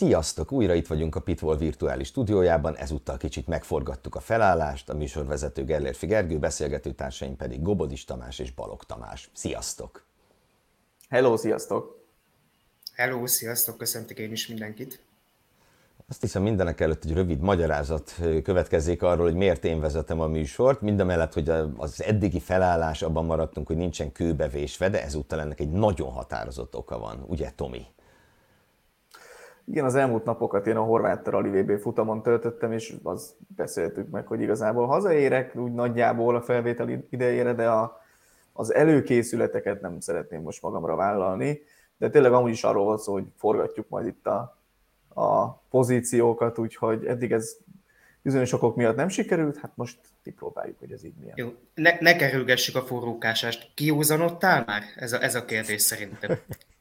Sziasztok! Újra itt vagyunk a Pitbull virtuális stúdiójában, ezúttal kicsit megforgattuk a felállást, a műsorvezető Gellérfi Gergő, beszélgető társaim pedig Gobodis Tamás és Balog Tamás. Sziasztok! Hello, sziasztok! Hello, sziasztok! Köszöntök én is mindenkit! Azt hiszem mindenek előtt egy rövid magyarázat következzék arról, hogy miért én vezetem a műsort. Mindamellett, hogy az eddigi felállás, abban maradtunk, hogy nincsen kőbevésve, de ezúttal ennek egy nagyon határozott oka van. Ugye, Tomi? Igen, az elmúlt napokat én a Horváth Rally VB futamon töltöttem, és azt beszéltük meg, hogy igazából hazaérek úgy nagyjából a felvétel idejére, de az előkészületeket nem szeretném most magamra vállalni. De tényleg amúgy is arról volt szó, hogy forgatjuk majd itt a pozíciókat, úgyhogy eddig ez bizonyos okok miatt nem sikerült, hát most kipróbáljuk, hogy ez így milyen. Jó, ne kerülgessük a forrókásást. Kiúzanodtál már? Ez a kérdés szerintem.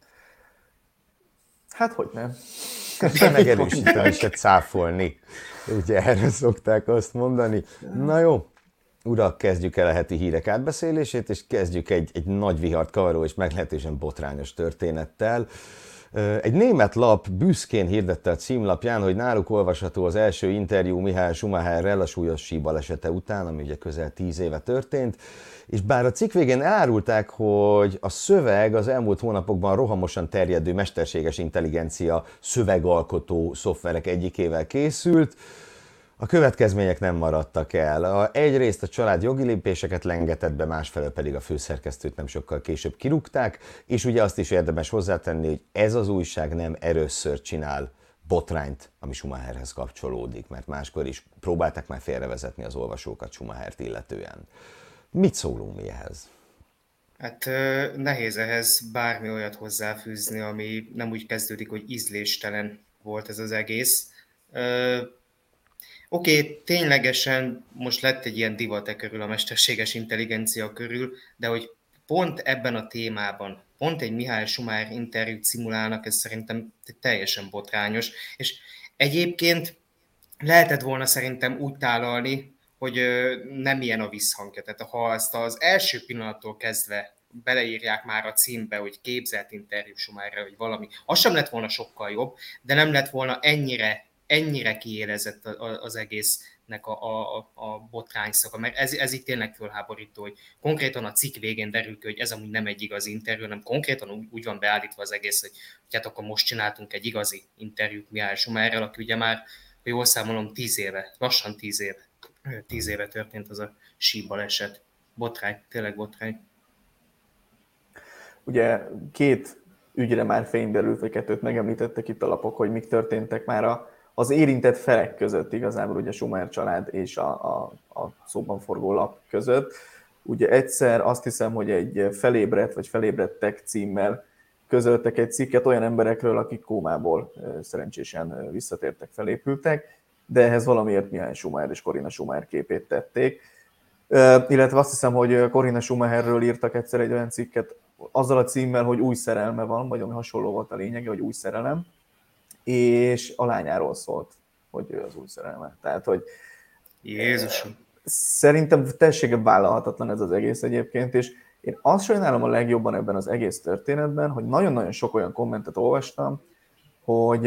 Hát hogy nem? Megerősíteni, se cáfolni. Ugye erre szokták azt mondani. Na jó, urak, kezdjük el a heti hírek átbeszélését, és kezdjük egy nagy vihart kavaró és meglehetősen botrányos történettel. Egy német lap büszkén hirdette a címlapján, hogy náluk olvasható az első interjú Michael Schumacherrel a súlyos síbalesete után, ami ugye közel 10 éve történt, és bár a cikk végén elárulták, hogy a szöveg az elmúlt hónapokban rohamosan terjedő mesterséges intelligencia szövegalkotó szoftverek egyikével készült, a következmények nem maradtak el. Egyrészt a család jogi lépéseket lengetett be, másfelől pedig a főszerkesztőt nem sokkal később kirúgták, és ugye azt is érdemes hozzátenni, hogy ez az újság nem először csinál botrányt, ami Schumacherhez kapcsolódik, mert máskor is próbálták már félrevezetni az olvasókat Schumachert illetően. Mit szólunk mi ehhez? Hát nehéz ehhez bármi olyat hozzáfűzni, ami nem úgy kezdődik, hogy ízléstelen volt ez az egész. Oké, ténylegesen most lett egy ilyen divat körül, a mesterséges intelligencia körül, de hogy pont ebben a témában, pont egy Michael Schumacher interjút szimulálnak, ez szerintem teljesen botrányos. És egyébként lehetett volna szerintem úgy tálalni, hogy nem ilyen a visszhangja. Tehát ha ezt az első pillanattól kezdve beleírják már a címbe, hogy képzelt interjú Schumacherre, vagy valami, az sem lett volna sokkal jobb, de nem lett volna ennyire kiélezett az egésznek a botrányszaka, mert ez itt tényleg fölháborító, hogy konkrétan a cikk végén derül ki, hogy ez amúgy nem egy igazi interjú, hanem konkrétan úgy van beállítva az egész, hogy hát akkor most csináltunk egy igazi interjút Michael Schumacherrel, aki ugye már, ha jól számolom, 10 éve, lassan 10 éve történt az a síbaleset. Botrány, tényleg botrány. Ugye két ügyre már fény derült, vagy kettőt megemlítettek itt a lapok, hogy mik történtek már az érintett felek között igazából, ugye Schumacher család és a szóban forgó lap között. Ugye egyszer azt hiszem, hogy egy felébredtek címmel közöltek egy cikket olyan emberekről, akik kómából szerencsésen visszatértek, felépültek, de ehhez valamiért Michael Schumacher és Corinna Schumacher képét tették. Illetve azt hiszem, hogy Corinna Schumacherről írtak egyszer egy olyan cikket azzal a címmel, hogy új szerelme van, vagy ami hasonló volt a lényege, hogy új szerelem, és a lányáról szólt, hogy ő az új szerelme. Tehát, hogy Jézusom! Szerintem tessége vállalhatatlan ez az egész egyébként, és én azt sajnálom a legjobban ebben az egész történetben, hogy nagyon-nagyon sok olyan kommentet olvastam, hogy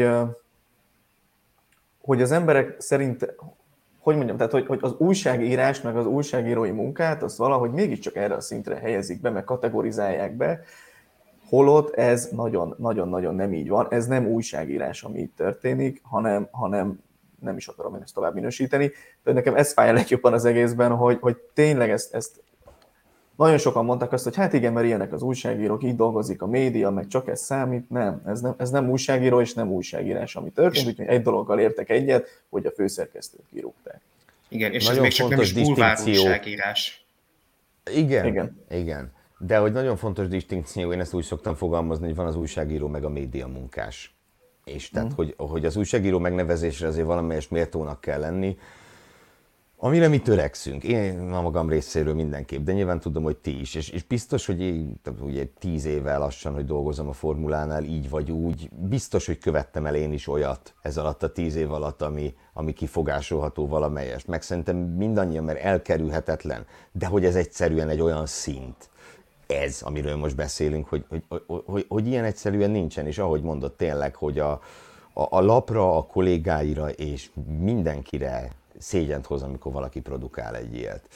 az emberek szerint, hogy mondjam, tehát hogy az újságírás, meg az újságírói munkát, azt valahogy mégiscsak erre a szintre helyezik be, meg kategorizálják be, holott ez nagyon-nagyon nem így van. Ez nem újságírás, ami itt történik, hanem nem is akarom én ezt tovább minősíteni. De nekem ez fáj a legjobban az egészben, hogy tényleg ezt nagyon sokan mondták azt, hogy hát igen, mert ilyenek az újságírók, így dolgozik a média, meg csak ez számít. Nem, ez nem újságíró és nem újságírás, ami történt, úgyhogy egy dologgal értek egyet, hogy a főszerkesztőt kirúgták. Igen, és nagyon ez még csak nem is bulvár újságírás. Igen. De hogy nagyon fontos distinkció, én ezt úgy szoktam fogalmazni, hogy van az újságíró meg a média munkás. És tehát, hogy az újságíró megnevezésre azért valamelyest méltónak kell lenni, amire mi törekszünk. Én a magam részéről mindenképp, de nyilván tudom, hogy ti is. És biztos, hogy én ugye 10 évvel lassan, hogy dolgozom a Formulánál, így vagy úgy, biztos, hogy követtem el én is olyat ez alatt a 10 év alatt, ami kifogásolható valamelyest. Meg szerintem mindannyian, mert elkerülhetetlen, de hogy ez egyszerűen egy olyan szint, ez, amiről most beszélünk, hogy ilyen egyszerűen nincsen, és ahogy mondott tényleg, hogy a lapra, a kollégáira és mindenkire szégyent hoz, amikor valaki produkál egy ilyet.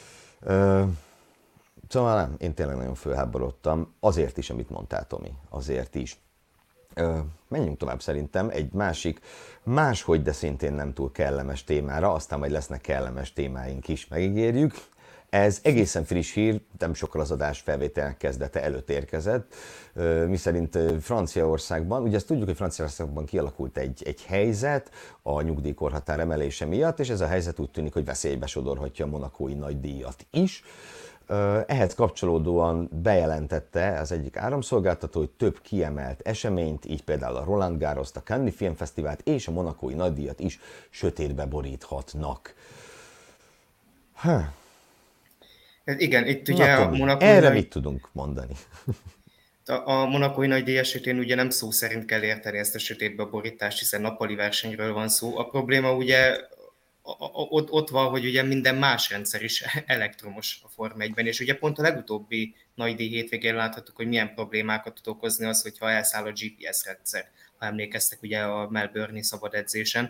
Szóval nem, én tényleg nagyon fölháborodtam, azért is, amit mondtál, Tomi, azért is. Menjünk tovább szerintem egy máshogy, de szintén nem túl kellemes témára, aztán majd lesznek kellemes témáink is, megígérjük. Ez egészen friss hír, nem sokkal az adás felvételnek kezdete előtt érkezett, miszerint Franciaországban, ugye ezt tudjuk, hogy Franciaországban kialakult egy helyzet a nyugdíjkorhatár emelése miatt, és ez a helyzet úgy tűnik, hogy veszélybe sodorhatja a monakói nagydíjat is. Ehhez kapcsolódóan bejelentette az egyik áramszolgáltató, hogy több kiemelt eseményt, így például a Roland Garrost, a Cannes Filmfesztivált és a monakói nagydíjat is sötétbe boríthatnak. Igen, itt ugye a monakói erre mit tudunk mondani? A monakói nagydíj esetén ugye nem szó szerint kell érteni ezt a sötétbe borítást, hiszen nappali versenyről van szó. A probléma ugye ott van, hogy ugye minden más rendszer is elektromos a Forma 1-ben, és ugye pont a legutóbbi nagydíj hétvégén láthattuk, hogy milyen problémákat tud okozni az, hogyha elszáll a GPS rendszer, ha emlékeztek ugye a Melbourne-i szabad edzésen.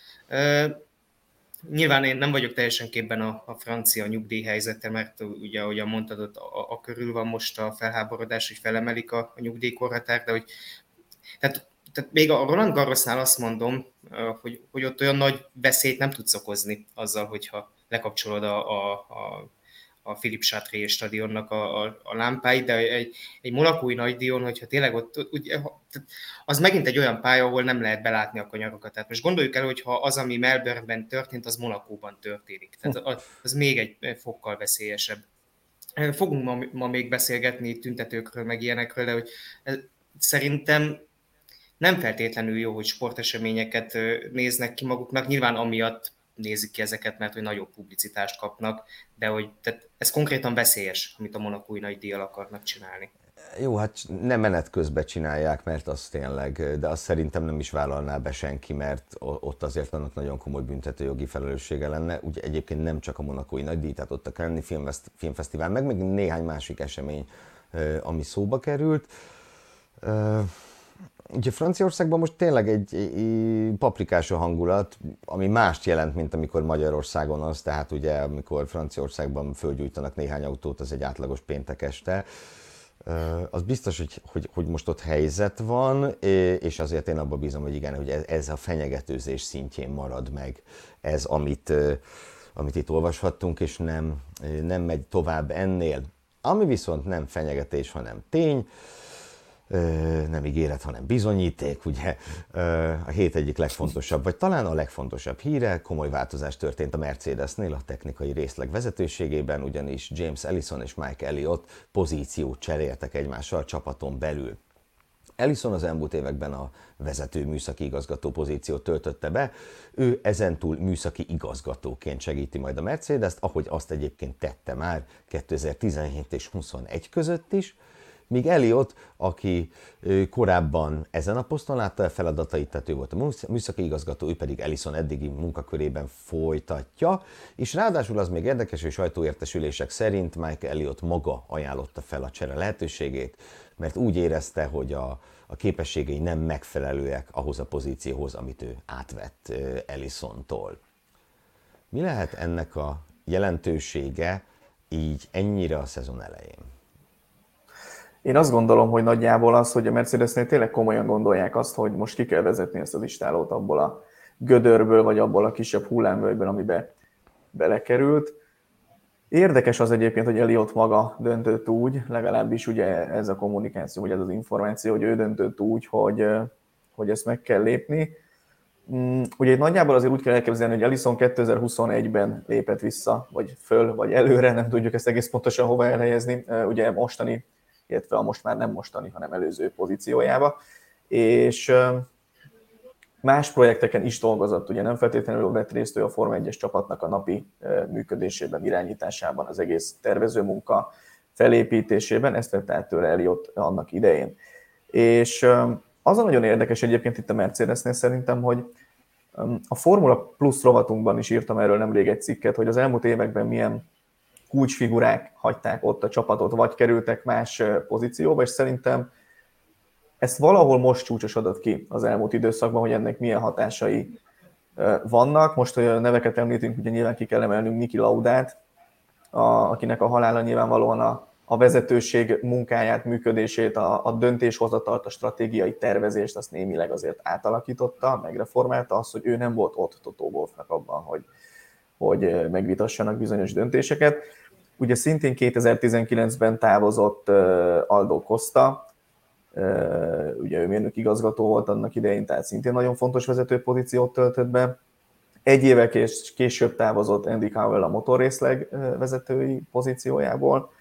Nyilván én nem vagyok teljesen képben a francia nyugdíjhelyzete, mert ugye, ahogyan mondtad, ott a körül van most a felháborodás, hogy felemelik a nyugdíjkorhatárt, de hogy tehát még a Roland Garrosnál azt mondom, hogy ott olyan nagy veszélyt nem tudsz okozni azzal, hogyha lekapcsolod a Philippe Chatrier stadionnak a lámpáit, de egy monakói nagydíjon, hogyha tényleg ott, az megint egy olyan pálya, ahol nem lehet belátni a kanyarokat. Tehát most gondoljuk el, hogy ha az, ami Melbourne-ben történt, az Monakóban történik. Tehát az még egy fokkal veszélyesebb. Fogunk ma még beszélgetni tüntetőkről, meg ilyenekről, de hogy szerintem nem feltétlenül jó, hogy sporteseményeket néznek ki maguknak. Nyilván amiatt nézik ki ezeket, mert hogy nagyobb publicitást kapnak, de hogy tehát ez konkrétan veszélyes, amit a monakói nagydíjjal akarnak csinálni. Jó, hát nem menet közben csinálják, mert az tényleg, de azt szerintem nem is vállalná be senki, mert ott azért annak nagyon komoly büntetőjogi felelőssége lenne. Ugye egyébként nem csak a monakói nagydíj, tehát ott a Cannes Filmfesztivál, meg még néhány másik esemény, ami szóba került. Ugye Franciaországban most tényleg egy paprikás a hangulat, ami mást jelent, mint amikor Magyarországon az, tehát ugye amikor Franciaországban fölgyújtanak néhány autót, az egy átlagos péntek este. Az biztos, hogy most ott helyzet van, és azért én abban bízom, hogy igen, hogy ez a fenyegetőzés szintjén marad meg ez, amit itt olvashattunk, és nem megy tovább ennél. Ami viszont nem fenyegetés, hanem tény, nem ígéret, hanem bizonyíték, ugye a hét egyik legfontosabb, vagy talán a legfontosabb híre, komoly változás történt a Mercedesnél a technikai részleg vezetőségében, ugyanis James Ellison és Mike Elliott pozíciót cseréltek egymással a csapaton belül. Ellison az elmúlt években a vezető műszaki igazgató pozíciót töltötte be, ő ezentúl műszaki igazgatóként segíti majd a Mercedest, ahogy azt egyébként tette már 2017 és 2021 között is, míg Elliott, aki korábban ezen a poszton látta el feladatait, tehát ő volt a műszaki igazgató, ő pedig Ellison eddigi munkakörében folytatja, és ráadásul az még érdekes, hogy sajtóértesülések szerint Mike Elliott maga ajánlotta fel a csere lehetőségét, mert úgy érezte, hogy a képességei nem megfelelőek ahhoz a pozícióhoz, amit ő átvett Ellisontól. Mi lehet ennek a jelentősége így ennyire a szezon elején? Én azt gondolom, hogy nagyjából az, hogy a Mercedesnél tényleg komolyan gondolják azt, hogy most ki kell vezetni ezt az istálót abból a gödörből, vagy abból a kisebb hullámvölgyből, amibe belekerült. Érdekes az egyébként, hogy Elliott maga döntött úgy, legalábbis ugye ez a kommunikáció, vagy ez az információ, hogy ő döntött úgy, hogy ezt meg kell lépni. Ugye itt nagyjából azért úgy kell elképzelni, hogy Ellison 2021-ben lépett vissza, vagy föl, vagy előre, nem tudjuk ezt egész pontosan hova elhelyezni, ugye mostani, illetve a most már nem mostani, hanem előző pozíciójába, és más projekteken is dolgozott, ugye nem feltétlenül vett részt ő a Forma 1-es csapatnak a napi működésében, irányításában, az egész tervezőmunka felépítésében, ezt vett át tőle Elliott annak idején. És az a nagyon érdekes egyébként itt a Mercedesnél szerintem, hogy a Formula Plus rovatunkban is írtam erről nemrég egy cikket, hogy az elmúlt években milyen kulcsfigurák hagyták ott a csapatot, vagy kerültek más pozícióba, és szerintem ezt valahol most csúcsosodott ki az elmúlt időszakban, hogy ennek milyen hatásai vannak. Most, hogy a neveket említünk, ugye nyilván ki kell emelnünk Niki Laudát, akinek a halála nyilvánvalóan a vezetőség munkáját, működését, a döntéshozatalt, a stratégiai tervezést, azt némileg azért átalakította, megreformálta. Az, hogy ő nem volt ott Toto Wolffnak abban, hogy megvitassanak bizonyos döntéseket. Ugye szintén 2019-ben távozott Aldo Costa, ugye ő mérnök igazgató volt annak idején, tehát szintén nagyon fontos vezető pozíciót töltött be. Egy évvel később távozott Andy Cowell a motorrészleg vezetői pozíciójából.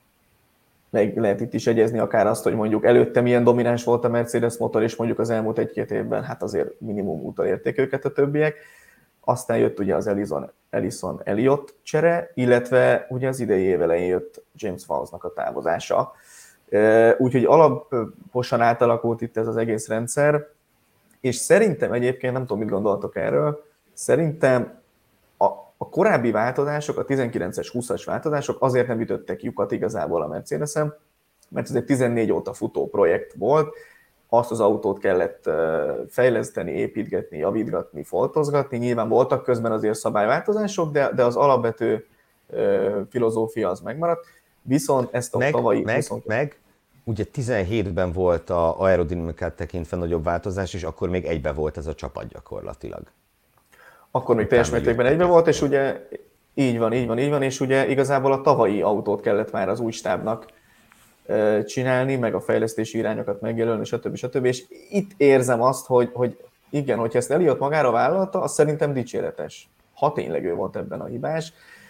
Meg lehet itt is egyezni akár azt, hogy mondjuk előtte milyen domináns volt a Mercedes motor, és mondjuk az elmúlt 1-2 évben hát azért minimum utolérték őket a többiek. Aztán jött ugye az Ellison Elliott csere, illetve ugye az idei év elején jött James Vowles-nak a távozása. Úgyhogy alaposan átalakult itt ez az egész rendszer, és szerintem egyébként, nem tudom, mit gondoltok erről, szerintem a korábbi változások, a 19-es, 20-as változások azért nem ütöttek lyukat igazából a Mercedesen, mert ez egy 14 óta futó projekt volt, azt az autót kellett fejleszteni, építgetni, javítgatni, foltozgatni. Nyilván voltak közben azért szabályváltozások, de az alapvető filozófia az megmaradt. Viszont ezt a tavalyi... Ugye 17-ben volt a aerodinamikát tekintve nagyobb változás, és akkor még egybe volt ez a csapat gyakorlatilag. Akkor még teljes mértékben egybe volt, és ugye így van, és ugye igazából a tavalyi autót kellett már az új stábnak csinálni, meg a fejlesztési irányokat megjelölni, stb. És itt érzem azt, hogy igen, hogyha ezt Elliott magára vállalta, az szerintem dicséretes. Ha tényleg ő volt ebben a hibás.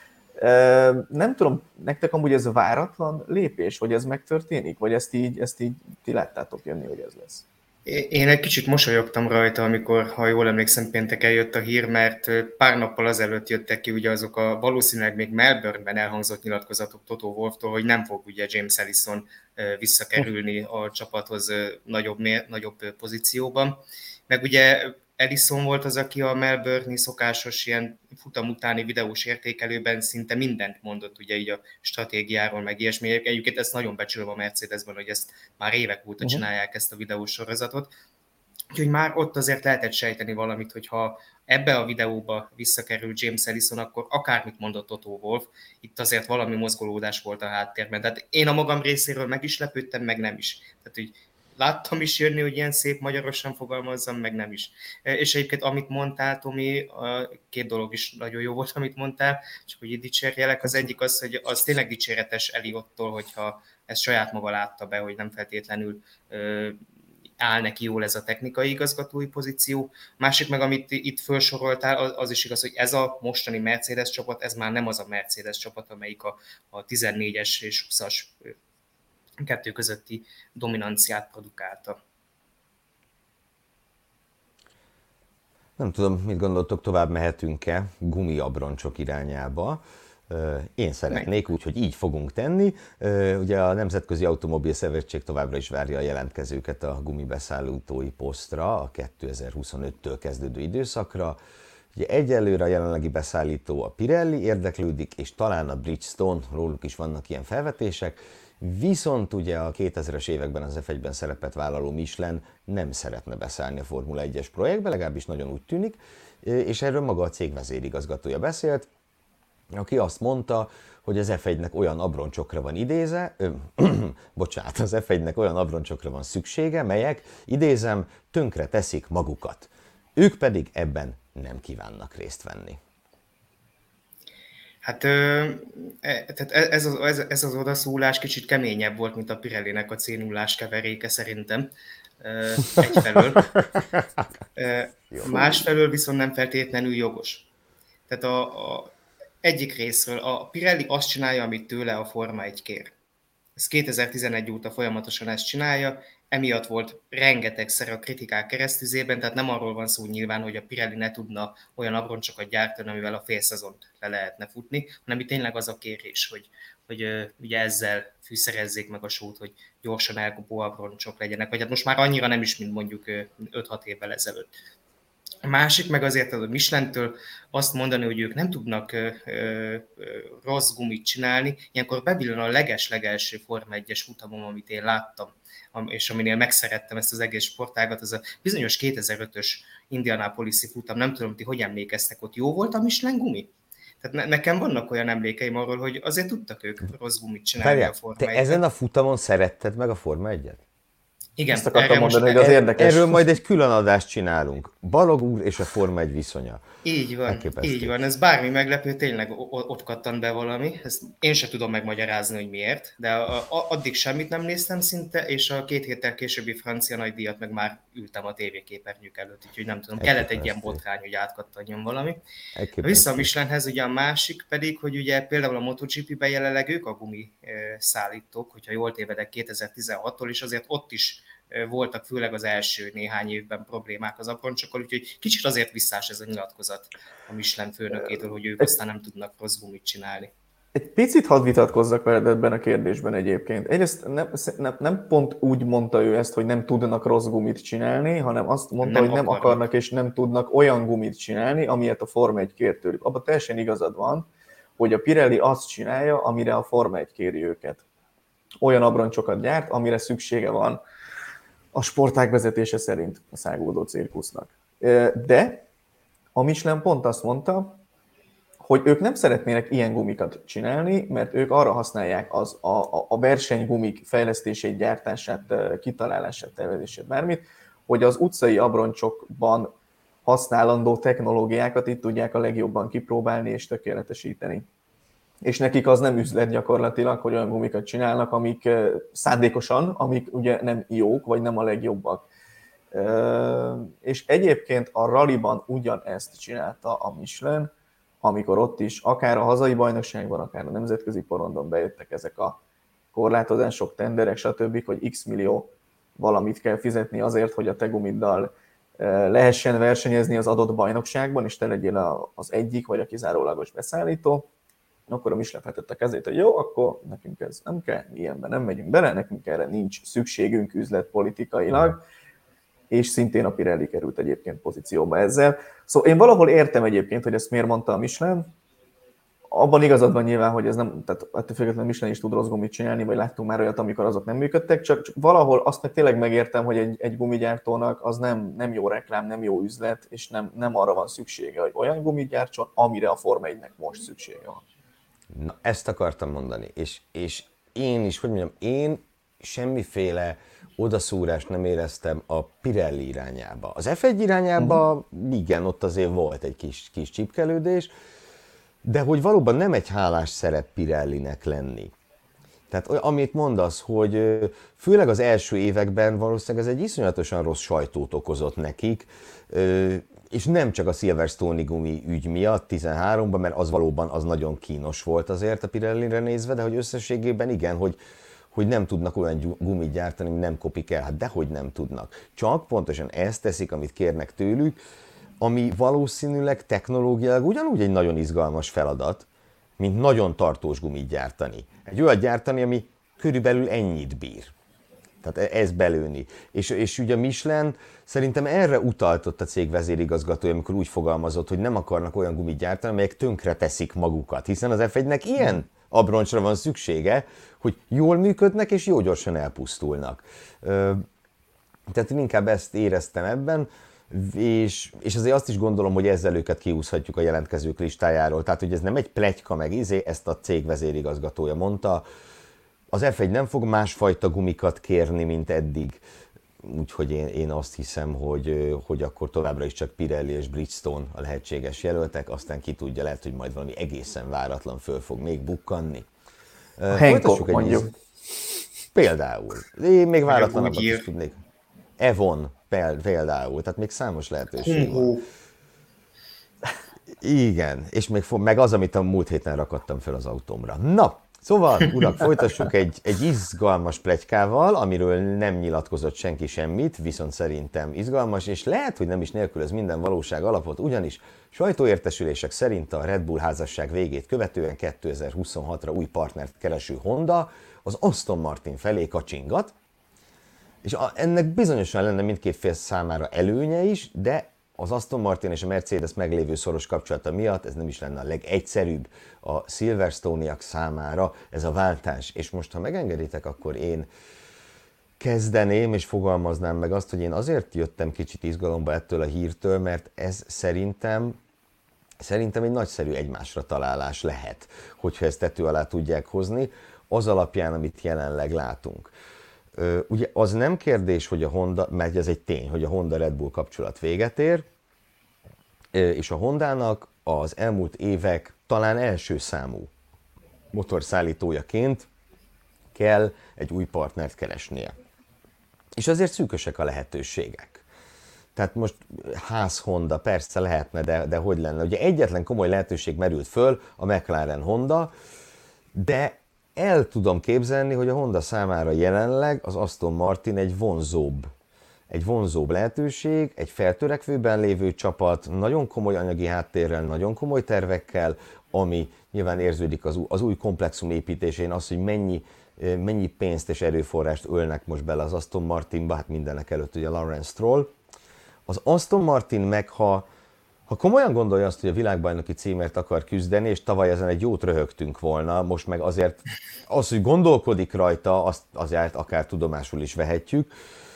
Nem tudom, nektek amúgy ez váratlan lépés, hogy ez megtörténik? Vagy ezt így ti láttátok jönni, hogy ez lesz? Én egy kicsit mosolyogtam rajta, amikor, ha jól emlékszem, pénteken jött a hír, mert pár nappal azelőtt jöttek ki ugye azok a valószínűleg még Melbourneben elhangzott nyilatkozatok Toto Wolfftól, hogy nem fog ugye James Ellison visszakerülni a csapathoz nagyobb pozícióban. Meg ugye Ellison volt az, aki a Melbourne-i szokásos ilyen futam utáni videós értékelőben szinte mindent mondott ugye így a stratégiáról, meg ilyesmi. Egyébként ezt nagyon becsülöm a Mercedesben, hogy ezt már évek óta csinálják ezt a videós sorozatot. Úgyhogy már ott azért lehetett sejteni valamit, hogyha ebbe a videóba visszakerül James Ellison, akkor akármit mondott Toto Wolff, itt azért valami mozgolódás volt a háttérben. Tehát én a magam részéről meg is lepődtem, meg nem is. Tehát, hogy láttam is jönni, hogy ilyen szép magyarosan fogalmazzam, meg nem is. És egyébként, amit mondtál, Tomi, két dolog is nagyon jó volt, amit mondtál, csak hogy itt dicsérjelek. Az egyik az, hogy az tényleg dicséretes Elliottól, hogyha ezt saját maga látta be, hogy nem feltétlenül áll neki jól ez a technikai igazgatói pozíció. Másik meg, amit itt felsoroltál, az is igaz, hogy ez a mostani Mercedes csapat, ez már nem az a Mercedes csapat, amelyik a 14-es és 20-as kettő közötti dominanciát produkálta. Nem tudom, mit gondoltok, tovább mehetünk-e gumiabroncsok irányába. Én szeretnék, úgyhogy így fogunk tenni. Ugye a Nemzetközi Automobil Szövetség továbbra is várja a jelentkezőket a gumibeszállítói posztra a 2025-től kezdődő időszakra. Ugye egyelőre a jelenlegi beszállító a Pirelli érdeklődik, és talán a Bridgestone, róluk is vannak ilyen felvetések, viszont ugye a 2000-es években az F1-ben szerepet vállaló Michelin nem szeretne beszállni a Formula 1-es projektbe, legalábbis nagyon úgy tűnik, és erről maga a cég vezérigazgatója beszélt, aki azt mondta, hogy az F1-nek olyan abroncsokra van az F1-nek olyan abroncsokra van szüksége, melyek, idézem, tönkre teszik magukat. Ők pedig ebben nem kívánnak részt venni. Hát tehát ez az odaszólás kicsit keményebb volt, mint a Pirellinek a C0-ás keveréke szerintem. Egyfelől. Másfelől viszont nem feltétlenül jogos. Tehát egyik részről a Pirelli azt csinálja, amit tőle a Forma 1 kér. Ez 2011 óta folyamatosan ezt csinálja, emiatt volt rengetegszer a kritikák keresztüzében, tehát nem arról van szó nyilván, hogy a Pirelli ne tudna olyan abroncsokat gyártani, amivel a félszezont le lehetne futni, hanem itt tényleg az a kérés, hogy ugye ezzel fűszerezzék meg a sót, hogy gyorsan elkopó abroncsok legyenek, vagy hát most már annyira nem is, mint mondjuk 5-6 évvel ezelőtt. A másik meg azért a Michelintől azt mondani, hogy ők nem tudnak rossz gumit csinálni, ilyenkor bevillan a leges-legelső Forma 1-es futamom, amit én láttam, és aminél megszerettem ezt az egész sportágat, az a bizonyos 2005-ös Indianapolis-i futam, nem tudom, ti hogy emlékeztek, ott jó volt a Michelin gumi? Tehát nekem vannak olyan emlékeim arról, hogy azért tudtak ők rossz gumit csinálni a Forma 1-ben. Te ezen a futamon szeretted meg a Forma 1-et? Igen, ezt akartam mondani, hogy az érdekes. Erről majd egy külön adást csinálunk. Balog úr és a Forma 1 viszonya. Így van, ez bármi meglepő, tényleg ott kattant be valami. Ezt én sem tudom megmagyarázni, hogy miért, de addig semmit nem néztem szinte, és a 2 héttel későbbi francia nagydíjat meg már ültem a tévéképernyők előtt, úgyhogy nem tudom, kellett egy ilyen botrány, hogy átkattanjon valami. Vissza a Michelinhez, ugye a másik pedig, hogy ugye például a MotoGP-ben jelenleg ők a gumi szállítók, hogyha jól tévedek 2016-tól, és azért ott is voltak főleg az első néhány évben problémák az aproncsokkal, úgyhogy kicsit azért visszás ez a nyilatkozat a Michelin főnökétől, hogy ők aztán nem tudnak rossz gumit csinálni. Egy picit hadd vitatkozzak veled ebben a kérdésben egyébként. Egyrészt nem pont úgy mondta ő ezt, hogy nem tudnak rossz gumit csinálni, hanem azt mondta, hogy nem akarnak és nem tudnak olyan gumit csinálni, amilyet a Forma 1 kér tőlük. Abban teljesen igazad van, hogy a Pirelli azt csinálja, amire a Forma 1 kéri őket. Olyan abroncsokat gyárt, amire szüksége van a sportág vezetése szerint a száguldó cirkusznak. De a Michelin pont azt mondta, hogy ők nem szeretnének ilyen gumikat csinálni, mert ők arra használják a versenygumik fejlesztését, gyártását, kitalálását, tervezését, bármit, hogy az utcai abroncsokban használandó technológiákat itt tudják a legjobban kipróbálni és tökéletesíteni. És nekik az nem üzlet gyakorlatilag, hogy olyan gumikat csinálnak, amik szándékosan, amik ugye nem jók, vagy nem a legjobbak. És egyébként a rallyban ugyanezt csinálta a Michelin, amikor ott is, akár a hazai bajnokságban, akár a nemzetközi porondon bejöttek ezek a korlátozások, tenderek, stb., hogy x millió valamit kell fizetni azért, hogy a te gumiddal lehessen versenyezni az adott bajnokságban, és te legyél az egyik, vagy a kizárólagos beszállító. Akkor a Michelin feltette a kezét, hogy jó, akkor nekünk ez nem kell, ilyenben nem megyünk bele, nekünk erre nincs szükségünk üzletpolitikailag, és szintén a Pirelli került egyébként pozícióba ezzel. Szóval én valahol értem egyébként, hogy ezt miért mondta a Michelin. Abban igazad van nyilván, hogy ez nem, tehát ettől függetlenül Michelin is tud rossz gumit csinálni, vagy láttunk már olyat, amikor azok nem működtek, csak valahol azt meg tényleg megértem, hogy egy gumigyártónak az nem jó reklám, nem jó üzlet, és nem arra van szüksége, hogy olyan gumit gyártson, amire a Forma 1-nek most szüksége van. Na, ezt akartam mondani, és én is, hogy mondjam, én semmiféle odaszúrást nem éreztem a Pirelli irányába. Az F1 irányába igen, ott azért volt egy kis csipkelődés, de hogy valóban nem egy hálás szerep Pirellinek lenni. Tehát amit mondasz, hogy főleg az első években valószínűleg ez egy iszonyatosan rossz sajtót okozott nekik, és nem csak a Silverstone-i gumi ügy miatt 13-ban, mert az valóban az nagyon kínos volt azért a Pirellire nézve, de hogy összességében igen, hogy nem tudnak olyan gumit gyártani, hogy nem kopik el. Hát dehogy nem tudnak. Csak pontosan ezt teszik, amit kérnek tőlük, ami valószínűleg technológiailag ugyanúgy egy nagyon izgalmas feladat, mint nagyon tartós gumit gyártani. Egy olyat gyártani, ami körülbelül ennyit bír. Tehát ez belőni. És ugye Michelin szerintem erre utaltott a cég vezérigazgatója, amikor úgy fogalmazott, hogy nem akarnak olyan gumit gyártani, amelyek tönkre teszik magukat. Hiszen az F1-nek ilyen abroncsra van szüksége, hogy jól működnek és jó gyorsan elpusztulnak. Tehát én inkább ezt éreztem ebben, és azért azt is gondolom, hogy ezzel őket kiúszhatjuk a jelentkezők listájáról. Tehát, hogy ez nem egy pletyka meg ezt a cég vezérigazgatója mondta. Az F1 nem fog másfajta gumikat kérni, mint eddig. Úgyhogy én azt hiszem, hogy akkor továbbra is csak Pirelli és Bridgestone a lehetséges jelöltek, aztán ki tudja, lehet, hogy majd valami egészen váratlan föl fog még bukkanni. Hankook mondjuk. Például. Én még váratlanabbat is tudnék. Evon például, tehát még számos lehetőség van. Igen, és meg az, amit a múlt héten rakadtam fel az autómra. Na, szóval, urak, folytassuk egy izgalmas pletykával, amiről nem nyilatkozott senki semmit, viszont szerintem izgalmas, és lehet, hogy nem is nélkülöz minden valóság alapot, ugyanis sajtóértesülések szerint a Red Bull házasság végét követően 2026-ra új partnert kereső Honda az Aston Martin felé kacsingat, és ennek bizonyosan lenne mindkét fél számára előnye is, de az Aston Martin és a Mercedes meglévő szoros kapcsolata miatt ez nem is lenne a legegyszerűbb a Silverstone-iak számára ez a váltás. És most, ha megengeditek, akkor én kezdeném és fogalmaznám meg azt, hogy én azért jöttem kicsit izgalomba ettől a hírtől, mert ez szerintem egy nagyszerű egymásra találás lehet, hogyha ezt tető alá tudják hozni, az alapján, amit jelenleg látunk. Ugye az nem kérdés, hogy a Honda, mert ez egy tény, hogy a Honda-Red Bull kapcsolat véget ér, és a Hondának az elmúlt évek talán első számú motorszállítójaként kell egy új partnert keresnie. És azért szűkösek a lehetőségek. Tehát most ház Honda persze lehetne, de hogy lenne? Ugye egyetlen komoly lehetőség merült föl, a McLaren Honda, de el tudom képzelni, hogy a Honda számára jelenleg az Aston Martin egy vonzóbb lehetőség, egy feltörekvőben lévő csapat, nagyon komoly anyagi háttérrel, nagyon komoly tervekkel, ami nyilván érződik az új komplexum építésén, az, hogy mennyi pénzt és erőforrást ölnek most bele az Aston Martinba, hát mindenek előtt ugye Lawrence Stroll. Az Aston Martin meg, ha komolyan gondolja azt, hogy a világbajnoki címért akar küzdeni, és tavaly ezen egy jót röhögtünk volna, most meg azért az, hogy gondolkodik rajta, azt azért akár tudomásul is vehetjük,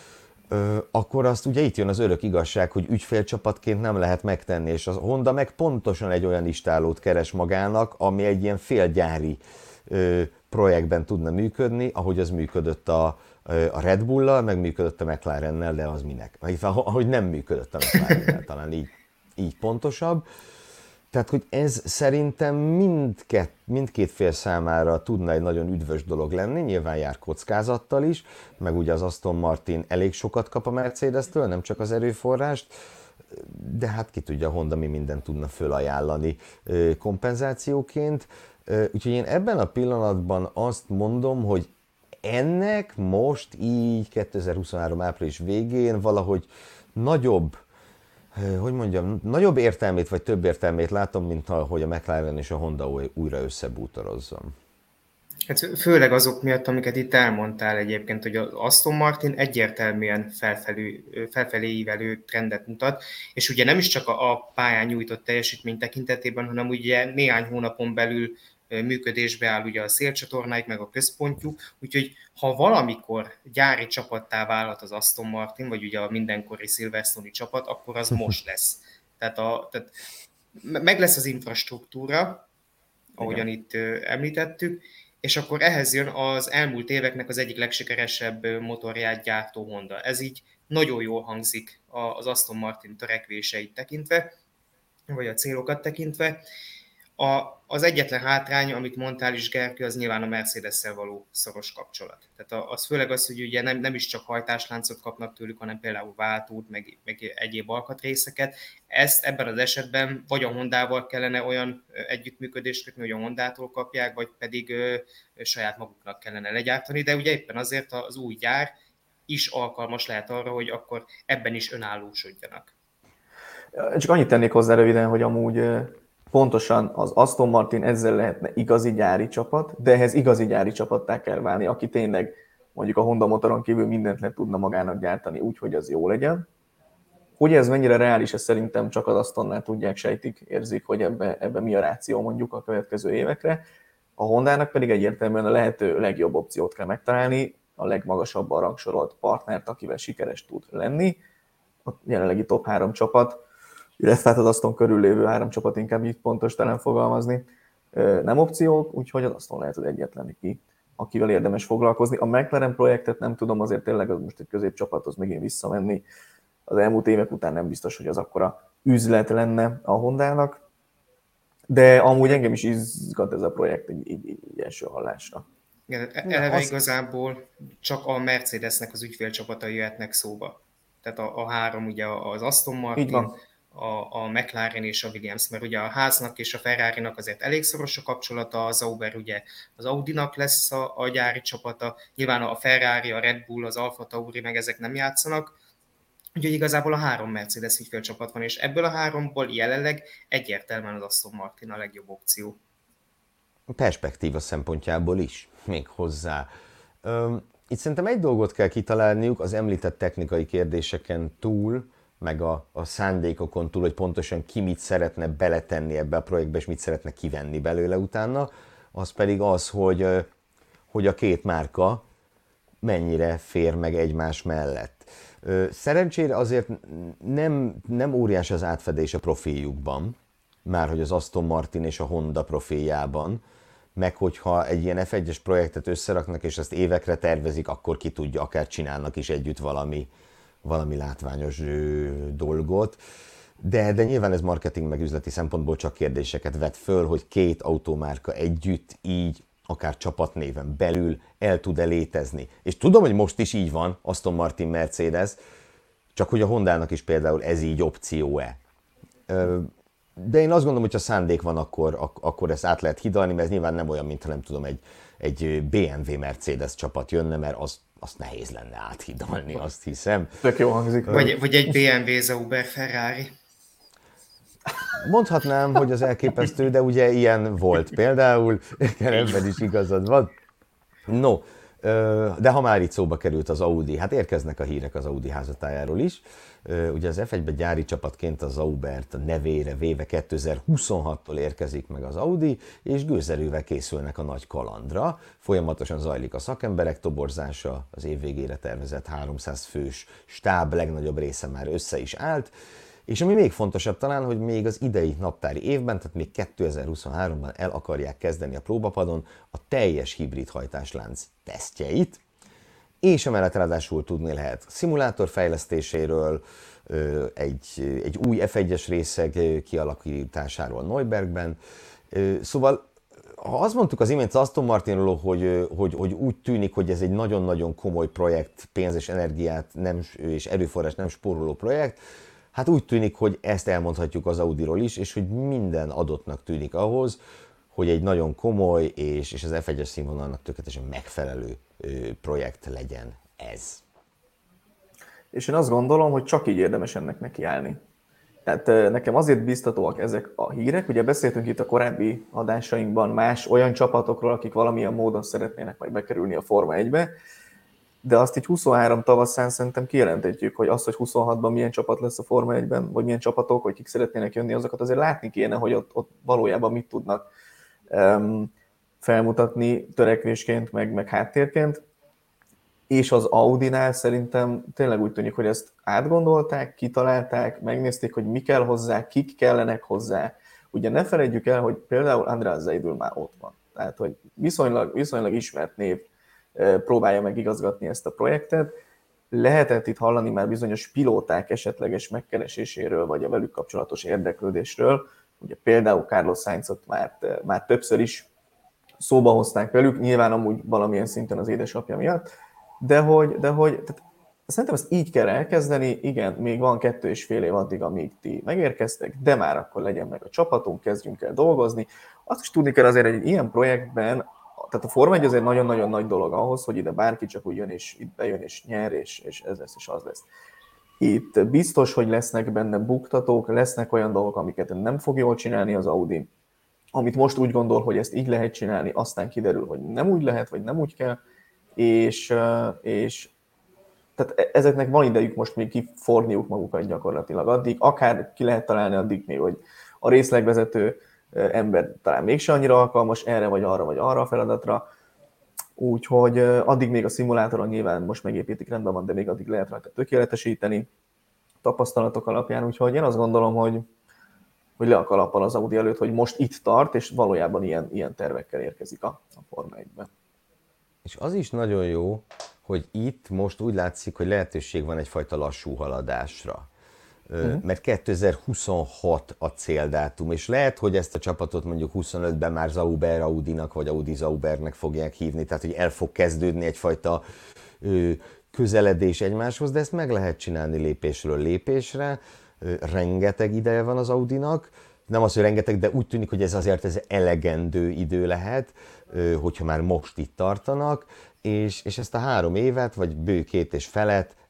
akkor azt ugye itt jön az örök igazság, hogy ügyfélcsapatként nem lehet megtenni, és a Honda meg pontosan egy olyan istálót keres magának, ami egy ilyen félgyári projektben tudna működni, ahogy az működött a Red Bull-lal, meg működött a McLarennel, de az minek? Ahogy nem működött a McLarennel, talán így pontosabb. Tehát, hogy ez szerintem mindkét fél számára tudna egy nagyon üdvös dolog lenni, nyilván jár kockázattal is, meg ugye az Aston Martin elég sokat kap a Mercedes-től, nem csak az erőforrást, de hát ki tudja, Honda mi mindent tudna fölajánlani kompenzációként. Úgyhogy én ebben a pillanatban azt mondom, hogy ennek most így 2023 április végén valahogy nagyobb értelmét vagy több értelmét látom, mint hogy a McLaren és a Honda újra összebútorozzon. Hát főleg azok miatt, amiket itt elmondtál egyébként, hogy az Aston Martin egyértelműen felfelé ívelő trendet mutat, és ugye nem is csak a pályán nyújtott teljesítmény tekintetében, hanem ugye néhány hónapon belül működésbe áll ugye a szélcsatornáik, meg a központjuk, úgyhogy ha valamikor gyári csapattá válhat az Aston Martin, vagy ugye a mindenkori Silverstone-i csapat, akkor az most lesz. Tehát meg lesz az infrastruktúra, ahogyan itt említettük, és akkor ehhez jön az elmúlt éveknek az egyik legsikeresebb motorját gyártó Honda. Ez így nagyon jól hangzik az Aston Martin törekvéseit tekintve, vagy a célokat tekintve. Az egyetlen hátrány, amit mondtál is, Gergő, az nyilván a Mercedes-szel való szoros kapcsolat. Tehát az főleg az, hogy ugye nem is csak hajtásláncot kapnak tőlük, hanem például váltót, meg egyéb alkatrészeket. Ezt ebben az esetben vagy a Hondával kellene olyan együttműködést kötni, hogy a Hondától kapják, vagy pedig saját maguknak kellene legyártani, de ugye éppen azért az új gyár is alkalmas lehet arra, hogy akkor ebben is önállósodjanak. Csak annyit tennék hozzá röviden, hogy amúgy pontosan az Aston Martin ezzel lehetne igazi gyári csapat, de ehhez igazi gyári csapattá kell válni, aki tényleg mondjuk a Honda motoron kívül mindent le tudna magának gyártani úgy, hogy az jó legyen. Hogy ez mennyire reális, ezt szerintem csak az Astonnál tudják, sejtik, érzik, hogy ebbe mi a ráció mondjuk a következő évekre. A Hondának pedig egyértelműen a lehető legjobb opciót kell megtalálni, a legmagasabban rangsorolt partnert, akivel sikeres tud lenni. A jelenlegi top 3 csapat, illetve az Aston körül lévő 3 csapat, inkább így pontos talán fogalmazni, nem opciók, úgyhogy az Aston lehet az egyetlen ki, akivel érdemes foglalkozni. A McLaren projektet nem tudom, azért tényleg az most egy középcsapathoz megint visszamenni. Az elmúlt évek után nem biztos, hogy az akkora üzlet lenne a Hondának, de amúgy engem is izgat ez a projekt így első hallásra. Eleve igazából csak a Mercedesnek az ügyfélcsapatai jöhetnek szóba. Tehát a 3 ugye az Aston Martin, a McLaren és a Williams, mert ugye a háznak és a Ferrarinak azért elég szoros a kapcsolata, a Sauber ugye az Audinak lesz a gyári csapata, nyilván a Ferrari, a Red Bull, az Alfa Tauri, meg ezek nem játszanak, úgyhogy igazából a 3 Mercedes ügyfélcsapat van, és ebből a 3-ból jelenleg egyértelműen az Aston Martin a legjobb opció. Perspektíva szempontjából is, még hozzá. Itt szerintem egy dolgot kell kitalálniuk az említett technikai kérdéseken túl, meg a szándékokon túl, hogy pontosan ki mit szeretne beletenni ebbe a projektbe, és mit szeretne kivenni belőle utána, az pedig az, hogy a két márka mennyire fér meg egymás mellett. Szerencsére azért nem óriási az átfedés a profiljukban, már hogy az Aston Martin és a Honda profiljában, meg hogyha egy ilyen F1-es projektet összeraknak, és ezt évekre tervezik, akkor ki tudja, akár csinálnak is együtt valami látványos dolgot. De nyilván ez marketing meg üzleti szempontból csak kérdéseket vet föl, hogy két automárka együtt így, akár csapatnéven belül el tud-e létezni. És tudom, hogy most is így van, Aston Martin, Mercedes, csak hogy a Hondának is például ez így opció-e. De én azt gondolom, hogy ha szándék van, akkor ezt át lehet hidalni, mert ez nyilván nem olyan, mintha nem tudom, egy BMW Mercedes csapat jönne, mert azt nehéz lenne áthidalni, azt hiszem. Tök jó hangzik. Vagy egy BMW Zauber Ferrari. Mondhatnám, hogy az elképesztő, de ugye ilyen volt például, ebben is igazad van. No, de ha már itt szóba került az Audi, hát érkeznek a hírek az Audi házatájáról is. Ugye az F1-ben gyári csapatként a Zaubert a nevére véve 2026-tól érkezik meg az Audi, és gőzerővel készülnek a nagy kalandra. Folyamatosan zajlik a szakemberek toborzása, az év végére tervezett 300 fős stáb legnagyobb része már össze is állt, és ami még fontosabb talán, hogy még az idei naptári évben, tehát még 2023-ban el akarják kezdeni a próbapadon a teljes hibrid hajtáslánc tesztjeit, és emellett ráadásul tudni lehet szimulátor fejlesztéséről, egy új F1-es részeg kialakításáról Neubergben. Szóval, ha azt mondtuk az imént az Aston Martinról, hogy úgy tűnik, hogy ez egy nagyon-nagyon komoly projekt, pénz és energiát és erőforrás nem spóroló projekt, hát úgy tűnik, hogy ezt elmondhatjuk az Audiról is, és hogy minden adottnak tűnik ahhoz, hogy egy nagyon komoly és az F1-es színvonalnak tökéletesen megfelelő projekt legyen ez. És én azt gondolom, hogy csak így érdemes ennek nekiállni. Tehát nekem azért biztatóak ezek a hírek, ugye beszéltünk itt a korábbi adásainkban más olyan csapatokról, akik valamilyen módon szeretnének majd bekerülni a Forma 1-be, de azt így 23 tavaszán szerintem kijelenthetjük, hogy azt, hogy 26-ban milyen csapat lesz a Forma 1-ben, vagy milyen csapatok, vagy kik szeretnének jönni, azokat azért látni kéne, hogy ott valójában mit tudnak felmutatni törekvésként, meg háttérként. És az Audinál szerintem tényleg úgy tűnik, hogy ezt átgondolták, kitalálták, megnézték, hogy mi kell hozzá, kik kellenek hozzá. Ugye ne felejtjük el, hogy például Andrea Seidl már ott van. Tehát, hogy viszonylag ismert név próbálja meg igazgatni ezt a projektet. Lehetett itt hallani már bizonyos pilóták esetleges megkereséséről, vagy a velük kapcsolatos érdeklődésről. Ugye például Carlos Sainzot már többször is szóba hozták velük, nyilván amúgy valamilyen szinten az édesapja miatt, de hogy tehát szerintem ezt így kell elkezdeni, igen, még van 2,5 év addig, amíg ti megérkeztek, de már akkor legyen meg a csapatunk, kezdjünk el dolgozni. Azt is tudni kell azért, hogy egy ilyen projektben, tehát a Forma 1 azért nagyon-nagyon nagy dolog ahhoz, hogy ide bárki csak úgy jön, és itt bejön, és nyer, és ez lesz, és az lesz. Itt biztos, hogy lesznek benne buktatók, lesznek olyan dolgok, amiket nem fog jól csinálni az Audi, amit most úgy gondol, hogy ezt így lehet csinálni, aztán kiderül, hogy nem úgy lehet, vagy nem úgy kell, és tehát ezeknek van idejük most még kiforniuk magukat gyakorlatilag addig, akár ki lehet találni addig még, hogy a részlegvezető ember talán mégse annyira alkalmas erre, vagy arra a feladatra, úgyhogy addig még a szimulátoron nyilván most megépítik, rendben van, de még addig lehet rajta tökéletesíteni tapasztalatok alapján, úgyhogy én azt gondolom, hogy le a kalappal az Audi előtt, hogy most itt tart, és valójában ilyen tervekkel érkezik a Forma 1-be. És az is nagyon jó, hogy itt most úgy látszik, hogy lehetőség van egyfajta lassú haladásra. Mert 2026 a céldátum, és lehet, hogy ezt a csapatot mondjuk 25-ben már Zauber Audinak, vagy Audi Zaubernek fogják hívni, tehát hogy el fog kezdődni egyfajta közeledés egymáshoz, de ezt meg lehet csinálni lépésről lépésre. Rengeteg ideje van az Audinak, nem az, hogy rengeteg, de úgy tűnik, hogy ez elegendő idő lehet, hogyha már most itt tartanak, és ezt a 3 évet, vagy bő 2 és felet,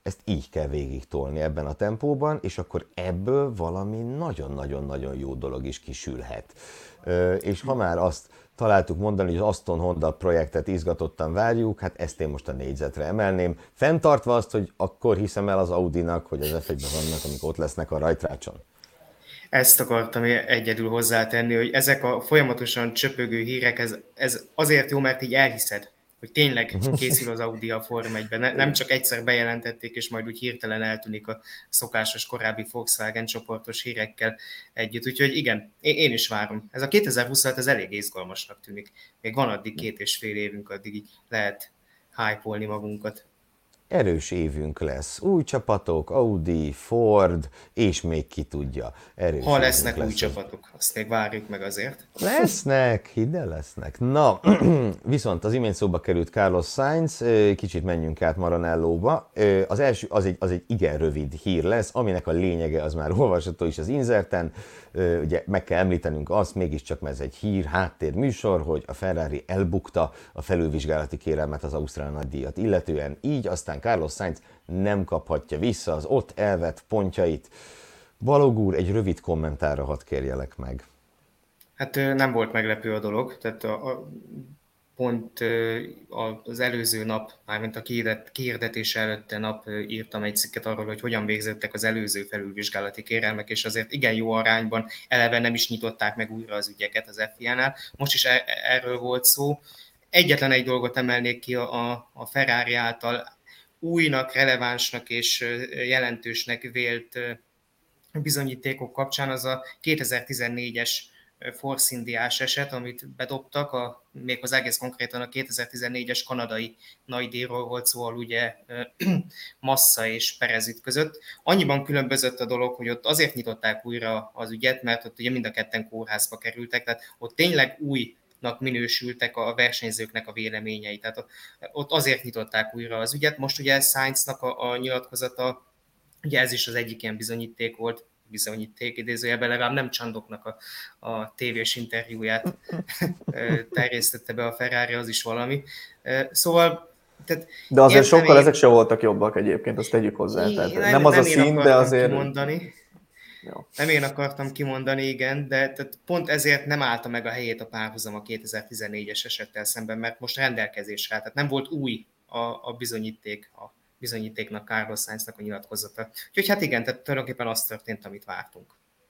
ezt így kell végig tolni ebben a tempóban, és akkor ebből valami nagyon-nagyon-nagyon jó dolog is kisülhet. És ha már azt találtuk mondani, hogy az Aston Honda projektet izgatottan várjuk, hát ezt én most a négyzetre emelném, fenntartva azt, hogy akkor hiszem el az Audinak, hogy az F1-ben vannak, amik ott lesznek a rajtrácson. Ezt akartam egyedül hozzátenni, hogy ezek a folyamatosan csöpögő hírek, ez azért jó, mert így elhiszed, hogy tényleg készül az Audi a Forma 1-ben. Nem csak egyszer bejelentették, és majd úgy hirtelen eltűnik a szokásos korábbi Volkswagen csoportos hírekkel együtt. Úgyhogy igen, én is várom. Ez a 2026 ez elég izgalmasnak tűnik. Még van addig 2,5 évünk, addig így lehet hype-olni magunkat. Erős évünk lesz. Új csapatok, Audi, Ford, és még ki tudja. Erős ha lesznek új csapatok, azt még várjuk meg azért. Lesznek, hidd el, lesznek. Na, viszont az imént szóba került Carlos Sainz, kicsit menjünk át Maranellóba. Az első, az egy igen rövid hír lesz, aminek a lényege az már olvasható is az inzerten. Ugye meg kell említenünk azt, mégiscsak ez egy hír, háttérműsor, hogy a Ferrari elbukta a felülvizsgálati kérelmet az ausztrál nagydíjat illetően, így aztán Carlos Sainz nem kaphatja vissza az ott elvett pontjait. Balog úr, egy rövid kommentárra hadd kérjelek meg. Hát nem volt meglepő a dolog, tehát pont az előző nap, mármint a kiirdetés előtte nap írtam egy cikket arról, hogy hogyan végzettek az előző felülvizsgálati kérelmek, és azért igen jó arányban eleve nem is nyitották meg újra az ügyeket az FIA-nál. Most is erről volt szó. Egyetlen egy dolgot emelnék ki a Ferrari által újnak, relevánsnak és jelentősnek vélt bizonyítékok kapcsán, az a 2014-es Force Indiás eset, amit bedobtak, méghozzá egész konkrétan a 2014-es kanadai nagydíjról volt szó, ahol ugye Massa és Perez ütközött. Annyiban különbözött a dolog, hogy ott azért nyitották újra az ügyet, mert ott ugye mind a ketten kórházba kerültek, tehát ott tényleg újnak minősültek a versenyzőknek a véleményei, tehát ott azért nyitották újra az ügyet. Most ugye Sainznak a nyilatkozata, ugye ez is az egyik ilyen bizonyíték volt, idézőjelben, legalább nem Csandoknak a tévés interjúját terjesztette be a Ferrari, az is valami. Szóval... De azért sokkal ezek se voltak jobbak egyébként, azt tegyük hozzá. Nem az a szín, de azért... Nem én akartam kimondani, igen, de tehát pont ezért nem állta meg a helyét a párhuzam a 2014-es esettel szemben, mert most rendelkezésre állt. Tehát nem volt új a bizonyítéknak, Carlos Sainznak a nyilatkozata. Úgyhogy hát igen, tehát tulajdonképpen az történt, amit vártunk.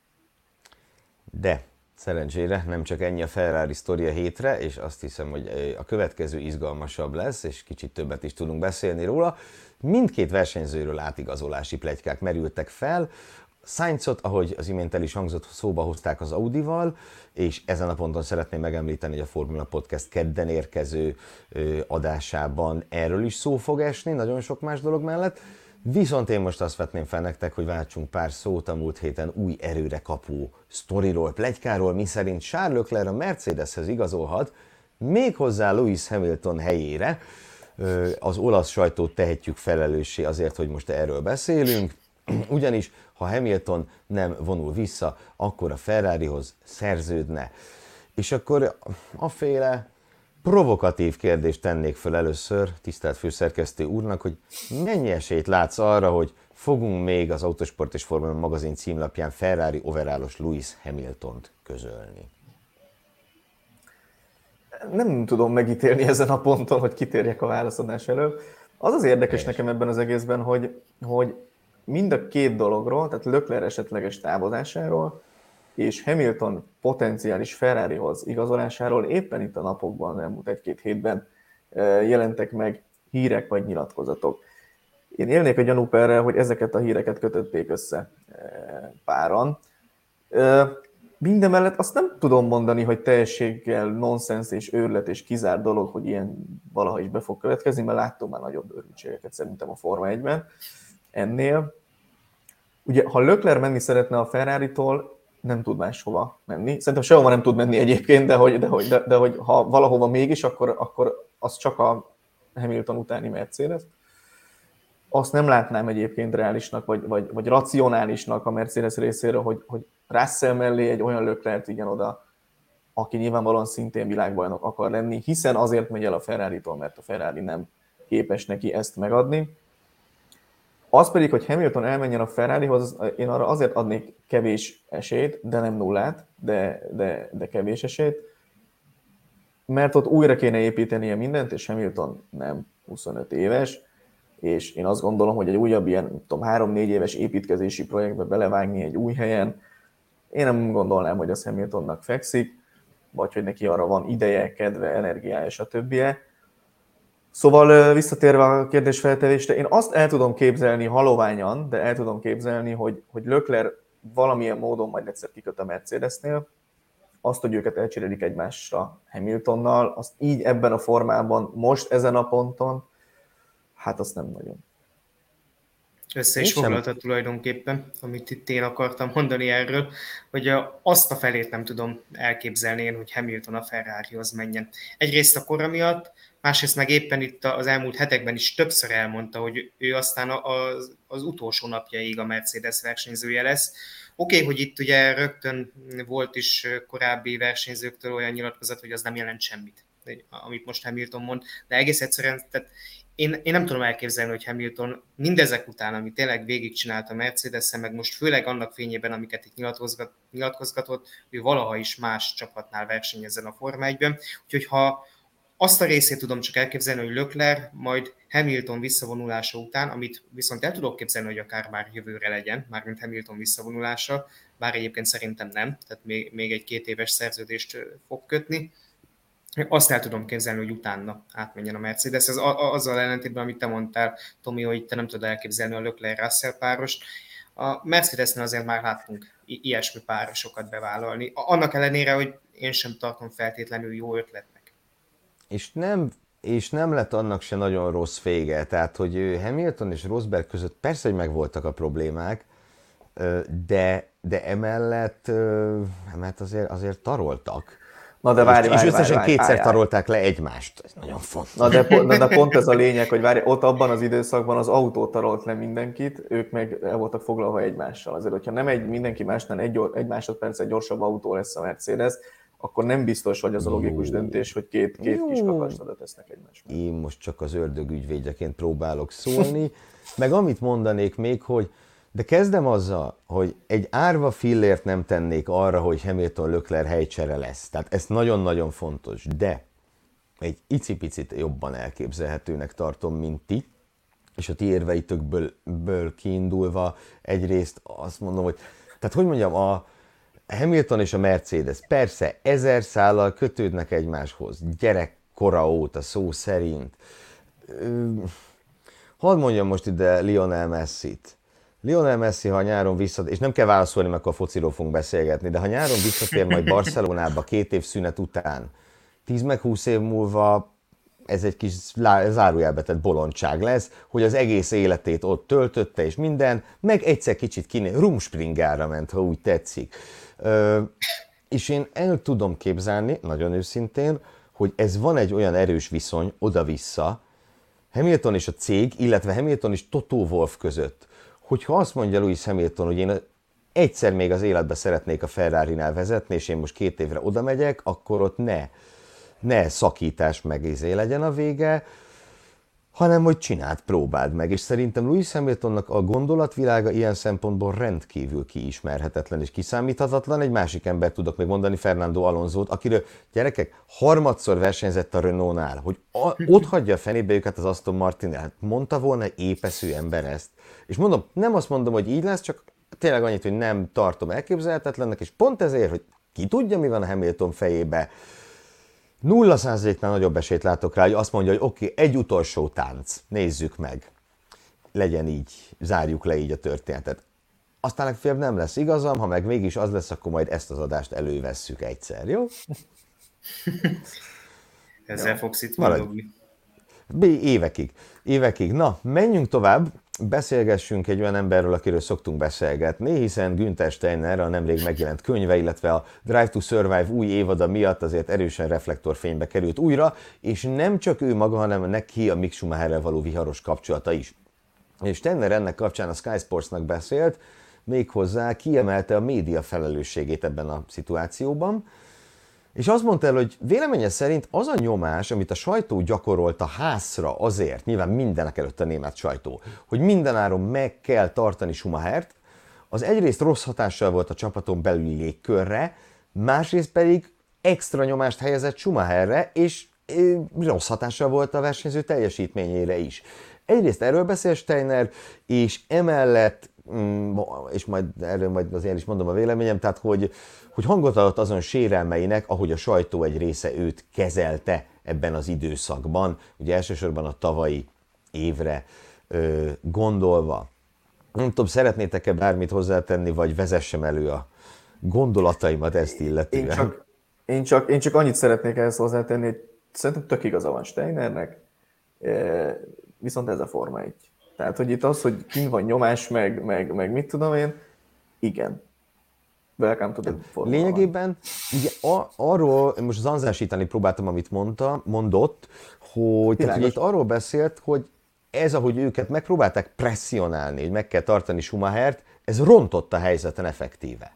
De szerencsére nem csak ennyi a Ferrari sztoria hétre, és azt hiszem, hogy a következő izgalmasabb lesz, és kicsit többet is tudunk beszélni róla. Mindkét versenyzőről átigazolási pletykák merültek fel. Sainzot, ahogy az imént el is hangzott, szóba hozták az Audival, és ezen a ponton szeretném megemlíteni, hogy a Formula Podcast kedden érkező adásában erről is szó fog esni, nagyon sok más dolog mellett. Viszont én most azt vetném fel nektek, hogy váltsunk pár szót a múlt héten új erőre kapó sztoriról, pletykáról, miszerint Charles Leclerc a Mercedeshez igazolhat, méghozzá Lewis Hamilton helyére. Az olasz sajtót tehetjük felelőssé azért, hogy most erről beszélünk, ugyanis ha Hamilton nem vonul vissza, akkor a Ferrarihoz szerződne. És akkor aféle provokatív kérdést tennék föl először tisztelt főszerkesztő úrnak, hogy mennyi esélyt látsz arra, hogy fogunk még az Autosport és Formula magazin címlapján Ferrari overallos Lewis Hamiltont közölni? Nem tudom megítélni ezen a ponton, hogy kitérjek a válaszadás elől. Az az érdekes nekem ebben az egészben, hogy mind a két dologról, tehát Leclerc esetleges távozásáról és Hamilton potenciális Ferrarihoz igazolásáról éppen itt a napokban, az elmúlt egy-két hétben jelentek meg hírek vagy nyilatkozatok. Én élnék a gyanúperrel, hogy ezeket a híreket kötötték össze páran. Mindemellett azt nem tudom mondani, hogy teljességgel nonsens és őrület és kizárt dolog, hogy ilyen valaha is be fog következni, mert láttam már nagyobb őrültségeket szerintem a Forma 1-ben ennél. Ugye, ha Leclerc menni szeretne a Ferraritól, nem tud máshova menni. Szerintem sehova nem tud menni egyébként, de hogy ha valahova mégis, akkor az csak a Hamilton utáni Mercedes. Azt nem látnám egyébként reálisnak, vagy racionálisnak a Mercedes részéről, hogy Russell mellé egy olyan Leclerc vigyen oda, aki nyilvánvalóan szintén világbajnok akar lenni, hiszen azért megy el a Ferraritól, mert a Ferrari nem képes neki ezt megadni. Az pedig, hogy Hamilton elmenjen a Ferrarihoz, én arra azért adnék kevés esélyt, de nem nullát, de kevés esélyt, mert ott újra kéne építenie mindent, és Hamilton nem 25 éves, és én azt gondolom, hogy egy újabb ilyen 3-4 éves építkezési projektbe belevágni egy új helyen, én nem gondolnám, hogy az Hamiltonnak fekszik, vagy hogy neki arra van ideje, kedve, energiája, stb. Szóval visszatérve a kérdésfeltevésre, én azt el tudom képzelni haloványan, de el tudom képzelni, hogy Leclerc valamilyen módon majd egyszer kiköt a Mercedesnél, azt, hogy őket elcserélik egymásra Hamiltonnal, azt így ebben a formában, most ezen a ponton, hát azt nem nagyon. Össze is foglalta tulajdonképpen, amit itt én akartam mondani erről, hogy azt a felét nem tudom elképzelni én, hogy Hamilton a Ferrarihoz menjen. Egyrészt a kora miatt, másrészt meg éppen itt az elmúlt hetekben is többször elmondta, hogy ő aztán az utolsó napjaig a Mercedes versenyzője lesz. Oké, hogy itt ugye rögtön volt is korábbi versenyzőktől olyan nyilatkozat, hogy az nem jelent semmit, amit most Hamilton mond, de egész egyszerűen, tehát én nem tudom elképzelni, hogy Hamilton mindezek után, amit tényleg végigcsinált a Mercedes-en, meg most főleg annak fényében, amiket itt nyilatkozgatott, ő valaha is más csapatnál versenyezzen a Forma 1-ben. Úgyhogy ha azt a részét tudom csak elképzelni, hogy Leclerc majd Hamilton visszavonulása után, amit viszont el tudok képzelni, hogy akár már jövőre legyen, mármint Hamilton visszavonulása, bár egyébként szerintem nem, tehát még egy 2 éves szerződést fog kötni. Azt el tudom képzelni, hogy utána átmenjen a Mercedes. Ez azzal ellentétben, amit te mondtál, Tomi, hogy te nem tudod elképzelni a Leclerc-Russell párost. A Mercedesnél azért már láttunk ilyesmi párosokat bevállalni. Annak ellenére, hogy én sem tartom feltétlenül jó ötletnek. És nem lett annak se nagyon rossz vége. Tehát, hogy Hamilton és Rosberg között persze, hogy megvoltak a problémák, de emellett azért taroltak. Na de várj, és összesen kétszer tarolták le egymást. Ez nagyon fontos. Na de pont ez a lényeg, hogy várj, ott abban az időszakban az autó tarolt le mindenkit, ők meg el voltak foglalva egymással. Azért, hogyha nem mindenki másnál egy másodperc egy gyorsabb autó lesz a Mercedes, akkor nem biztos, hogy az a logikus döntés, hogy két kis kakasnadat tesznek egymásra. Én most csak az ördög ügyvédjeként próbálok szólni, meg amit mondanék még, hogy de kezdem azzal, hogy egy árva fillért nem tennék arra, hogy Hamilton-Leclerc helycsere lesz. Tehát ez nagyon-nagyon fontos, de egy icipicit jobban elképzelhetőnek tartom, mint ti, és a ti érveitökből kiindulva egyrészt azt mondom, hogy tehát hogy mondjam, a Hamilton és a Mercedes persze 1000 szállal kötődnek egymáshoz, gyerekkora óta szó szerint. Hadd mondjam most ide Lionel Messit. Lionel Messi, ha nyáron visszatér, és nem kell válaszolni, mert akkor a fociról fogunk beszélgetni, de ha nyáron visszatér majd Barcelonába 2 év szünet után, 10 meg 20 év múlva ez egy kis zárójelbetett bolondság lesz, hogy az egész életét ott töltötte, és minden, meg egyszer kicsit Rumspringára ment, ha úgy tetszik. És én el tudom képzelni, nagyon őszintén, hogy ez van egy olyan erős viszony oda-vissza, Hamilton és a cég, illetve Hamilton és Toto Wolff között, hogyha azt mondja Lewis Hamilton, hogy én egyszer még az életbe szeretnék a Ferrarinál vezetni, és én most 2 évre oda megyek, akkor ott ne szakítás meg legyen a vége, hanem hogy próbáld meg. És szerintem Lewis Hamiltonnak a gondolatvilága ilyen szempontból rendkívül kiismerhetetlen és kiszámíthatatlan. Egy másik ember tudok még mondani, Fernando Alonsót, akiről gyerekek harmadszor versenyzett a Renault-nál, hogy ott hagyja a fenébe őket az Aston Martin-nál. Hát mondta volna épeszű ember ezt. És mondom, nem azt mondom, hogy így lesz, csak tényleg annyit, hogy nem tartom elképzelhetetlennek, és pont ezért, hogy ki tudja, mi van a Hamilton fejébe, 0%-nál nagyobb esélyt látok rá, hogy azt mondja, hogy oké, egy utolsó tánc, nézzük meg. Legyen így, zárjuk le így a történetet. Aztán legfeljebb nem lesz igazam, ha meg mégis az lesz, akkor majd ezt az adást elővesszük egyszer, jó? Ezzel fogsz itt mondani. Évekig. Na, menjünk tovább, beszélgessünk egy olyan emberről, akiről szoktunk beszélgetni, hiszen Günther Steiner a nemrég megjelent könyve, illetve a Drive to Survive új évada miatt azért erősen reflektorfénybe került újra, és nem csak ő maga, hanem neki a Mick Schumacherrel való viharos kapcsolata is. És Steiner ennek kapcsán a Sky Sportsnak beszélt, méghozzá kiemelte a média felelősségét ebben a szituációban, És azt mondta el, hogy véleménye szerint az a nyomás, amit a sajtó gyakorolt a házra azért, nyilván mindenek előtt a német sajtó, hogy mindenáron meg kell tartani Schumachert, az egyrészt rossz hatással volt a csapaton belüli légkörre, másrészt pedig extra nyomást helyezett Schumacherre, és rossz hatással volt a versenyző teljesítményére is. Egyrészt erről beszél Steiner, és emellett, és erről majd azért is mondom a véleményem, tehát hogy hangot adott azon sérelmeinek, ahogy a sajtó egy része őt kezelte ebben az időszakban, ugye elsősorban a tavalyi évre gondolva. Nem tudom, szeretnétek-e bármit hozzátenni, vagy vezessem elő a gondolataimat ezt illetően? Én csak annyit szeretnék ehhez hozzátenni, hogy szerintem tök igaza van Steinernek, viszont ez a Forma 1. Tehát, hogy itt az, hogy kint van nyomás, meg mit tudom én, igen. Welcome to the Forma 1. Lényegében, ugye arról, most zanzásítani próbáltam, amit mondott, hogy itt arról beszélt, hogy ez, ahogy őket megpróbálták presszionálni, hogy meg kell tartani Schumachert, ez rontott a helyzeten effektíve.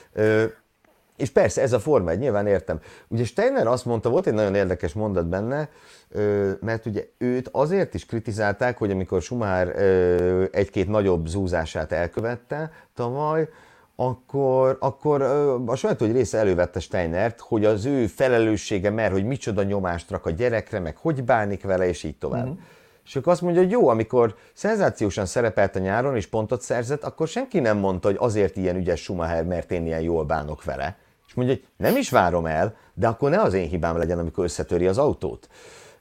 És persze, ez a Forma 1, nyilván értem. Ugye Steiner azt mondta, volt egy nagyon érdekes mondat benne, mert ugye őt azért is kritizálták, hogy amikor Schumacher egy-két nagyobb zúzását elkövette tavaly, akkor a sajtó egy része elővette Steinert, hogy az ő felelőssége, mert hogy micsoda nyomást rak a gyerekre, meg hogy bánik vele, és így tovább. Uh-huh. És akkor azt mondja, hogy jó, amikor szenzációsan szerepelt a nyáron és pontot szerzett, akkor senki nem mondta, hogy azért ilyen ügyes Schumacher, mert én ilyen jól bánok vele. És mondja, hogy nem is várom el, de akkor ne az én hibám legyen, amikor összetöri az autót.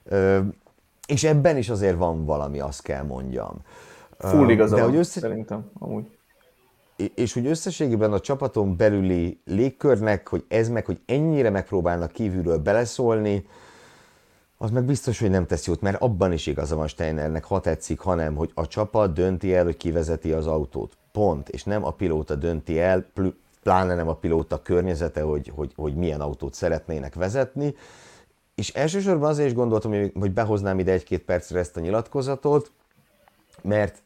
És ebben is azért van valami, azt kell mondjam. Full igaza van, szerintem, amúgy. És hogy összességében a csapaton belüli légkörnek, hogy ez meg, hogy ennyire megpróbálnak kívülről beleszólni, az meg biztos, hogy nem tesz jót, mert abban is igaza van Steinernek, ha tetszik, hanem, hogy a csapat dönti el, hogy kivezeti az autót. Pont. És nem a pilóta dönti el, pláne nem a pilóta környezete, hogy milyen autót szeretnének vezetni. És elsősorban azért is gondoltam, hogy behoznám ide egy-két percre ezt a nyilatkozatot, mert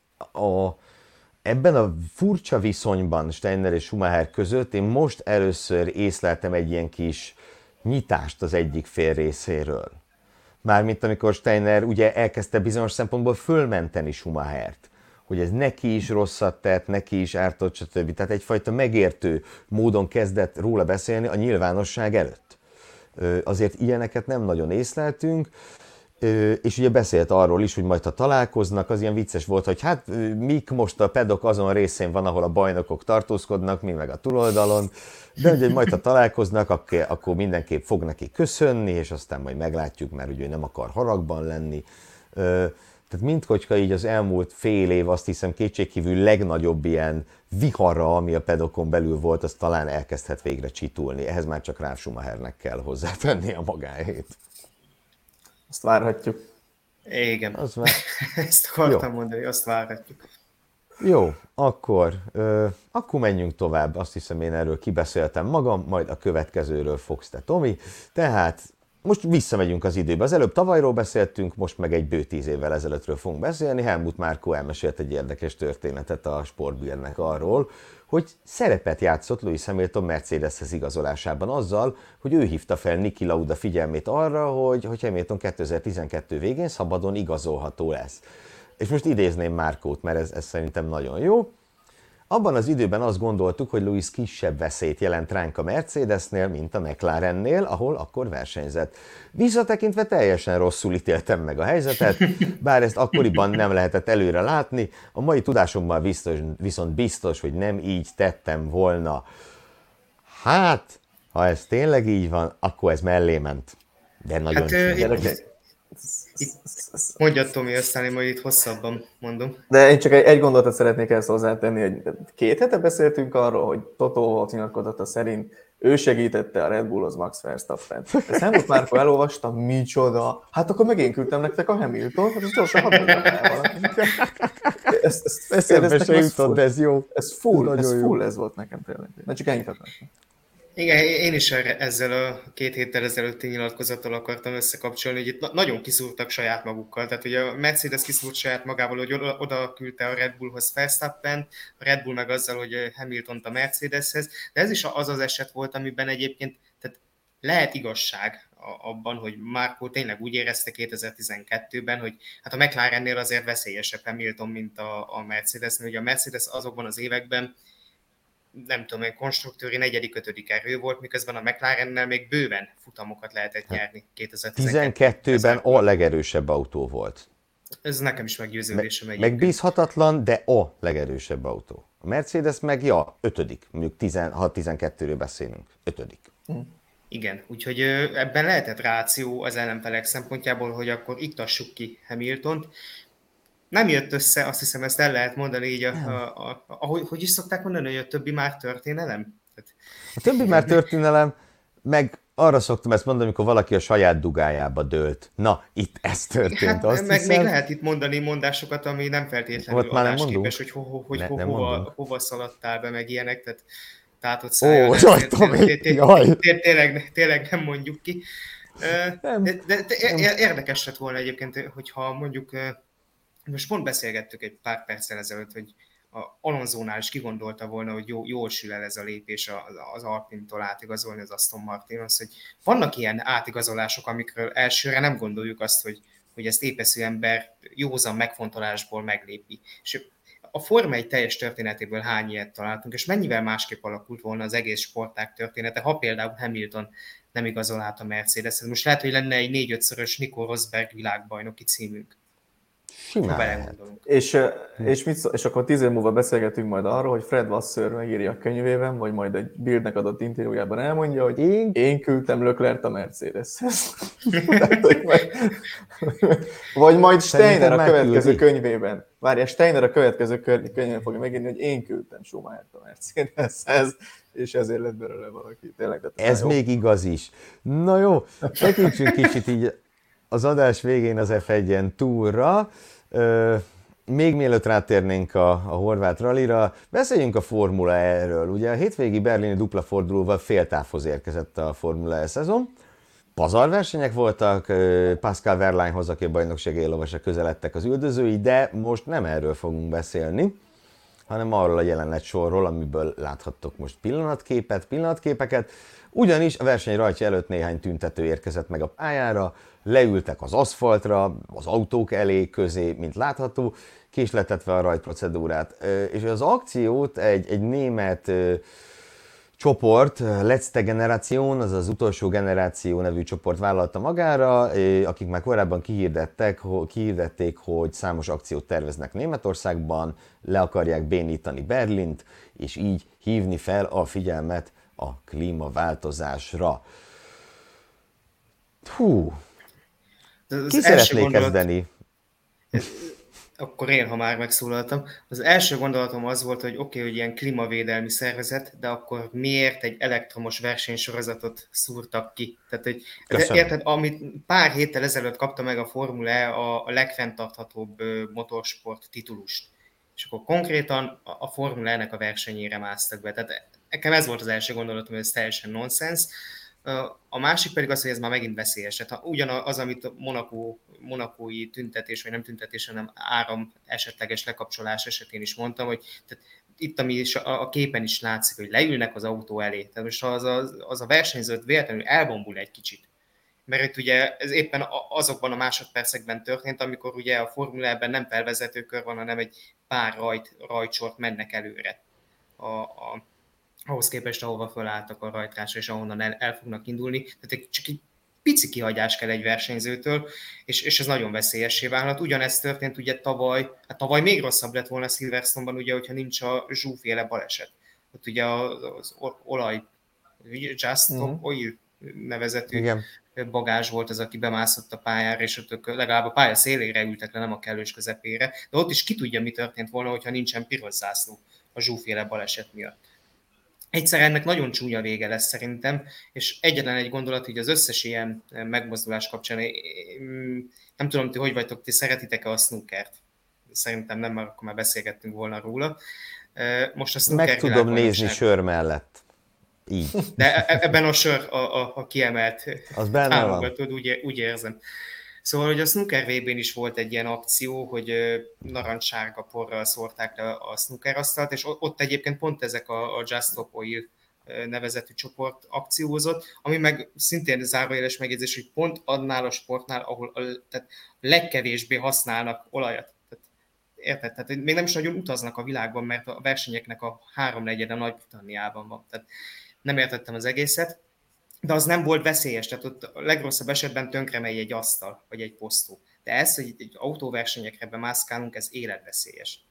ebben a furcsa viszonyban Steiner és Schumacher között én most először észleltem egy ilyen kis nyitást az egyik fél részéről. Mármint amikor Steiner ugye elkezdte bizonyos szempontból fölmenteni Schumachert, hogy ez neki is rosszat tett, neki is ártott, stb. Tehát egyfajta megértő módon kezdett róla beszélni a nyilvánosság előtt. Azért ilyeneket nem nagyon észleltünk, és ugye beszélt arról is, hogy majd ha találkoznak, az ilyen vicces volt, hogy hát Mick most a pedok azon részén van, ahol a bajnokok tartózkodnak, mi meg a túloldalon, de ugye majd ha találkoznak, akkor mindenképp fog neki köszönni, és aztán majd meglátjuk, mert ugye nem akar haragban lenni. Tehát minthogyha így az elmúlt fél év, azt hiszem kétségkívül legnagyobb ilyen viharra, ami a pedokon belül volt, az talán elkezdhet végre csitulni. Ehhez már csak Ralf Schumachernek kell hozzátenni a magáét. Azt várhatjuk. Igen. Ezt akartam mondani, azt várhatjuk. Jó, akkor menjünk tovább. Azt hiszem, én erről kibeszéltem magam, majd a következőről fogsz te, Tomi. Tehát most visszamegyünk az időbe. Az előbb tavalyról beszéltünk, most meg egy bő 10 évvel ezelőttről fogunk beszélni. Helmut Márkó elmesélt egy érdekes történetet a Sportbiernek arról, hogy szerepet játszott Lewis Hamilton Mercedeshez igazolásában azzal, hogy ő hívta fel Niki Lauda figyelmét arra, hogy Hamilton 2012 végén szabadon igazolható lesz. És most idézném Márkót, mert ez szerintem nagyon jó. Abban az időben azt gondoltuk, hogy Lewis kisebb veszélyt jelent ránk a Mercedesnél, mint a McLarennél, ahol akkor versenyzett. Visszatekintve teljesen rosszul ítéltem meg a helyzetet, bár ezt akkoriban nem lehetett előre látni, a mai tudásommal viszont biztos, hogy nem így tettem volna. Hát, ha ez tényleg így van, akkor ez mellé ment. De nagyon Mondjad, Tomi, aztán én majd itt hosszabban mondom. De én csak egy gondolatot szeretnék ezt hozzátenni, hogy 2 hete beszéltünk arról, hogy Toto Wolff nyilatkozata szerint ő segítette a Red Bullhoz Max Verstappen. Ezt Helmut Márkó elolvasta, micsoda. Hát akkor meg én küldtem nektek a Hamilton, hát ez gyorsan hadd mondjam el valaki. Ez jó. Ez full, ez volt nekem tényleg. Na csak ennyit akartam. Igen, én is ezzel a 2 héttel ezelőtti nyilatkozattal akartam összekapcsolni, hogy itt nagyon kiszúrtak saját magukkal. Tehát ugye a Mercedes kiszúrt saját magával, hogy oda küldte a Red Bullhoz Verstappent, a Red Bull meg azzal, hogy Hamiltont a Mercedeshez. De ez is az eset volt, amiben egyébként tehát lehet igazság abban, hogy Marco tényleg úgy érezte 2012-ben, hogy hát a McLarennél azért veszélyesebb Hamilton, mint a Mercedesnél. Ugye a Mercedes azokban az években nem tudom, egy konstruktőri 4.-5. erő volt, miközben a McLarennel még bőven futamokat lehetett nyerni 2012-ben a legerősebb autó volt. Ez nekem is meggyőződésem egyébként. Megbízhatatlan, de a legerősebb autó. A Mercedes meg, 5. mondjuk ha 12-ről beszélünk, 5. Igen, úgyhogy ebben lehetett ráció az ellenfelek szempontjából, hogy akkor iktassuk ki Hamiltont. Nem jött össze, azt hiszem, ezt el lehet mondani így, hogy is szokták mondani, hogy a többi már történelem? A többi már történelem, meg arra szoktam ezt mondani, amikor valaki a saját dugájába dőlt. Na, itt ez történt, hát, azt meg hiszem. még lehet itt mondani mondásokat, ami nem feltétlenül adásképes, hogy hova szaladtál be, meg ilyenek, tehát tátott szájjal. Tényleg nem mondjuk ki. De érdekes lett volna egyébként, hogyha mondjuk, most pont beszélgettük egy pár perccel ezelőtt, hogy Alonsónál is kigondolta volna, hogy jól sül el ez a lépés az Alpintól átigazolni az Aston Martinhoz, hogy vannak ilyen átigazolások, amikről elsőre nem gondoljuk azt, hogy ezt épeszű ember józan megfontolásból meglépi. És a Forma 1 teljes történetéből hány ilyet találtunk, és mennyivel másképp alakult volna az egész sportág története, ha például Hamilton nem igazol át a Mercedeshez. Most lehet, hogy lenne egy 4-5-szörös Nico Rosberg világbajnoki címünk. Simán. És akkor 10 év múlva beszélgetünk majd arról, hogy Fred Vasseur megírja a könyvében, vagy majd egy Bildnek adott interjújában elmondja, hogy én küldtem Leclerc a Mercedeshez. Vagy majd Steiner a következő könyvében. Várjál, Steiner a következő könyvében fogja megírni, hogy én küldtem Schumachert a Mercedeshez, és ezért lett belőle valaki. Tényleg, ez még igaz is. Na jó, tekintsünk kicsit így az adás végén az F1-en túlra. Még mielőtt rátérnénk a horvát rallira, beszéljünk a Formula E-ről. Ugye a hétvégi berlini dupla fordulóval féltávhoz érkezett a Formula E szezon. Pazarversenyek voltak, Pascal Wehrleinhoz, aki a bajnokság éllovasa közeledtek az üldözői, de most nem erről fogunk beszélni, hanem arról a jelenetsorról, amiből láthattok most pillanatképeket. Ugyanis a verseny rajtja előtt néhány tüntető érkezett meg a pályára, leültek az aszfaltra, az autók elé közé, mint látható, késletetve a rajtprocedúrát. És az akciót egy német csoport, Letzte Generation, az az utolsó generáció nevű csoport vállalta magára, akik már korábban kihirdették, hogy számos akciót terveznek Németországban, le akarják bénítani Berlint, és így hívni fel a figyelmet a klímaváltozásra. Ki szeretné kezdeni? Akkor én, ha már megszólaltam. Az első gondolatom az volt, hogy oké, hogy ilyen klímavédelmi szervezet, de akkor miért egy elektromos versenysorozatot szúrtak ki? Tehát, hogy érted, amit pár héttel ezelőtt kapta meg a Formula E a legfenntarthatóbb motorsport titulust. És akkor konkrétan a Formula E-nek a versenyére másztak be. Tehát nekem ez volt az első gondolatom, hogy ez teljesen nonsens. A másik pedig az, hogy ez már megint veszélyes. Tehát ugyanaz, amit a monakói tüntetés, vagy nem tüntetés, hanem áram esetleges lekapcsolás esetén is mondtam, hogy tehát itt, ami is a képen is látszik, hogy leülnek az autó elé. Tehát most az a versenyzőt véletlenül elbombul egy kicsit. Mert itt ugye ez éppen azokban a másodpercekben történt, amikor ugye a Formula E-ben nem felvezetőkör van, hanem egy pár rajtsort mennek előre. Ahhoz képest, ahova felálltak a rajtrásra, és ahonnan el fognak indulni. Tehát csak egy pici kihagyás kell egy versenyzőtől, és ez nagyon veszélyessé válhat. Ugyanezt történt ugye tavaly még rosszabb lett volna Silverstone-ban, ugye, hogyha nincs a Zsú-féle baleset. Ott ugye az olaj, Just Oil nevezetű bagázs volt az, aki bemászott a pályára, és ott legalább a pálya szélére ültek le, nem a kellős közepére. De ott is ki tudja, mi történt volna, hogyha nincsen piros zászló a Zsú-féle baleset miatt. Egyszer ennek nagyon csúnya vége lesz szerintem, és egyetlen egy gondolat, hogy az összes ilyen megmozdulás kapcsán, nem tudom, ti hogy vagytok, ti szeretitek-e a snookert? Szerintem nem, mert akkor már beszélgettünk volna róla. Most a snooker meg tudom nézni sör mellett. Így. De ebben a sör a kiemelt az benne van. Úgy érzem. Szóval, hogy a snooker VB-n is volt egy ilyen akció, hogy narancssárga porral szórták le a snookerasztalt, és ott egyébként pont ezek a Just Stop Oil nevezetű csoport akciózott, ami meg szintén zárójeles megjegyzés, hogy pont annál a sportnál, ahol tehát legkevésbé használnak olajat. Érted? Tehát még nem is nagyon utaznak a világban, mert a versenyeknek a 3/4 Nagy-Britanniában van. Tehát nem értettem az egészet, de az nem volt veszélyes, tehát ott a legrosszabb esetben tönkre megy egy asztal, vagy egy posztó. De ez, hogy egy autóversenyekre bemászkálunk, ez életveszélyes.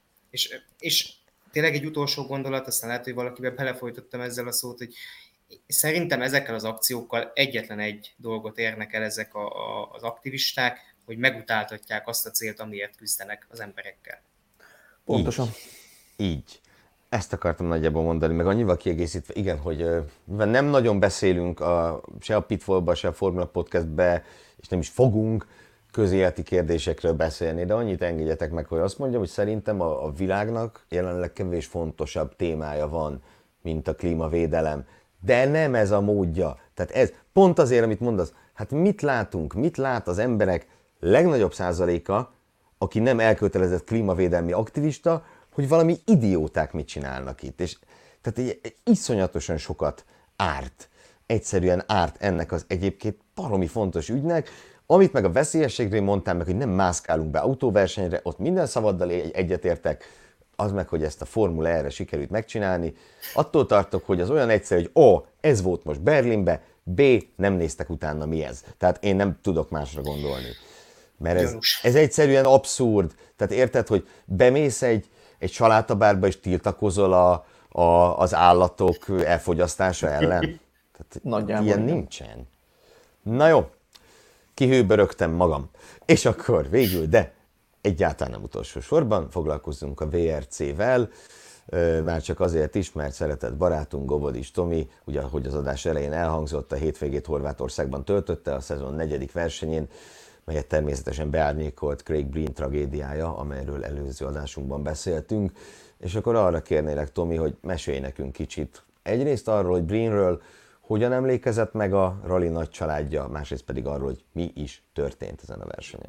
És tényleg egy utolsó gondolat, aztán lehet, hogy valakivel belefolytottam ezzel a szót, hogy szerintem ezekkel az akciókkal egyetlen egy dolgot érnek el ezek az aktivisták, hogy megutáltatják azt a célt, amiért küzdenek az emberekkel. Pontosan. Így. Ezt akartam nagyjából mondani, meg annyival kiegészítve, igen, hogy mivel nem nagyon beszélünk se a Pitfallba, se a Formula Podcastbe, és nem is fogunk közéleti kérdésekről beszélni, de annyit engedjetek meg, hogy azt mondjam, hogy szerintem a világnak jelenleg kevés fontosabb témája van, mint a klímavédelem. De nem ez a módja. Tehát ez pont azért, amit mondasz, hát mit látunk, mit lát az emberek legnagyobb százaléka, aki nem elkötelezett klímavédelmi aktivista, hogy valami idióták mit csinálnak itt. És tehát iszonyatosan sokat árt. Egyszerűen árt ennek az egyébként baromi fontos ügynek, amit meg a veszélyességről mondtam meg, hogy nem mászkálunk be autóversenyre, ott minden szavaddal egyetértek, az meg, hogy ezt a Formula E-re sikerült megcsinálni. Attól tartok, hogy az olyan egyszerű, hogy ez volt most Berlinbe, B, nem néztek utána mi ez. Tehát én nem tudok másra gondolni. Mert ez egyszerűen abszurd. Tehát érted, hogy bemész egy salátabárba és tiltakozol az állatok elfogyasztása ellen? Tehát ilyen nincsen. Na jó, kihőbörögtem magam. És akkor végül, de egyáltalán nem utolsó sorban foglalkozzunk a VRC-vel, már csak azért is, mert szeretett barátunk Gobodis Tomi, ugye ahogy az adás elején elhangzott, a hétvégét Horvátországban töltötte a szezon 4. versenyén, melyet természetesen beárnyékolt Craig Breen tragédiája, amelyről előző adásunkban beszéltünk, és akkor arra kérnélek, Tomi, hogy mesélj nekünk kicsit egyrészt arról, hogy Breenről hogyan emlékezett meg a rali nagy családja, másrészt pedig arról, hogy mi is történt ezen a versenyen.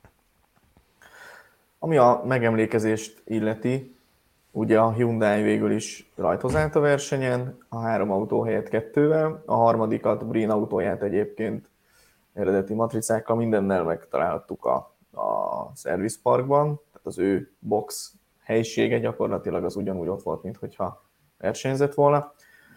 Ami a megemlékezést illeti, ugye a Hyundai végül is rajthoz állt a versenyen, a 3 autó helyett 2-vel, a harmadikat, Breen autóját egyébként eredeti matricákkal mindennel megtalálhattuk a Service Parkban, tehát az ő box helyisége gyakorlatilag az ugyanúgy ott volt, mintha versenyzett volna.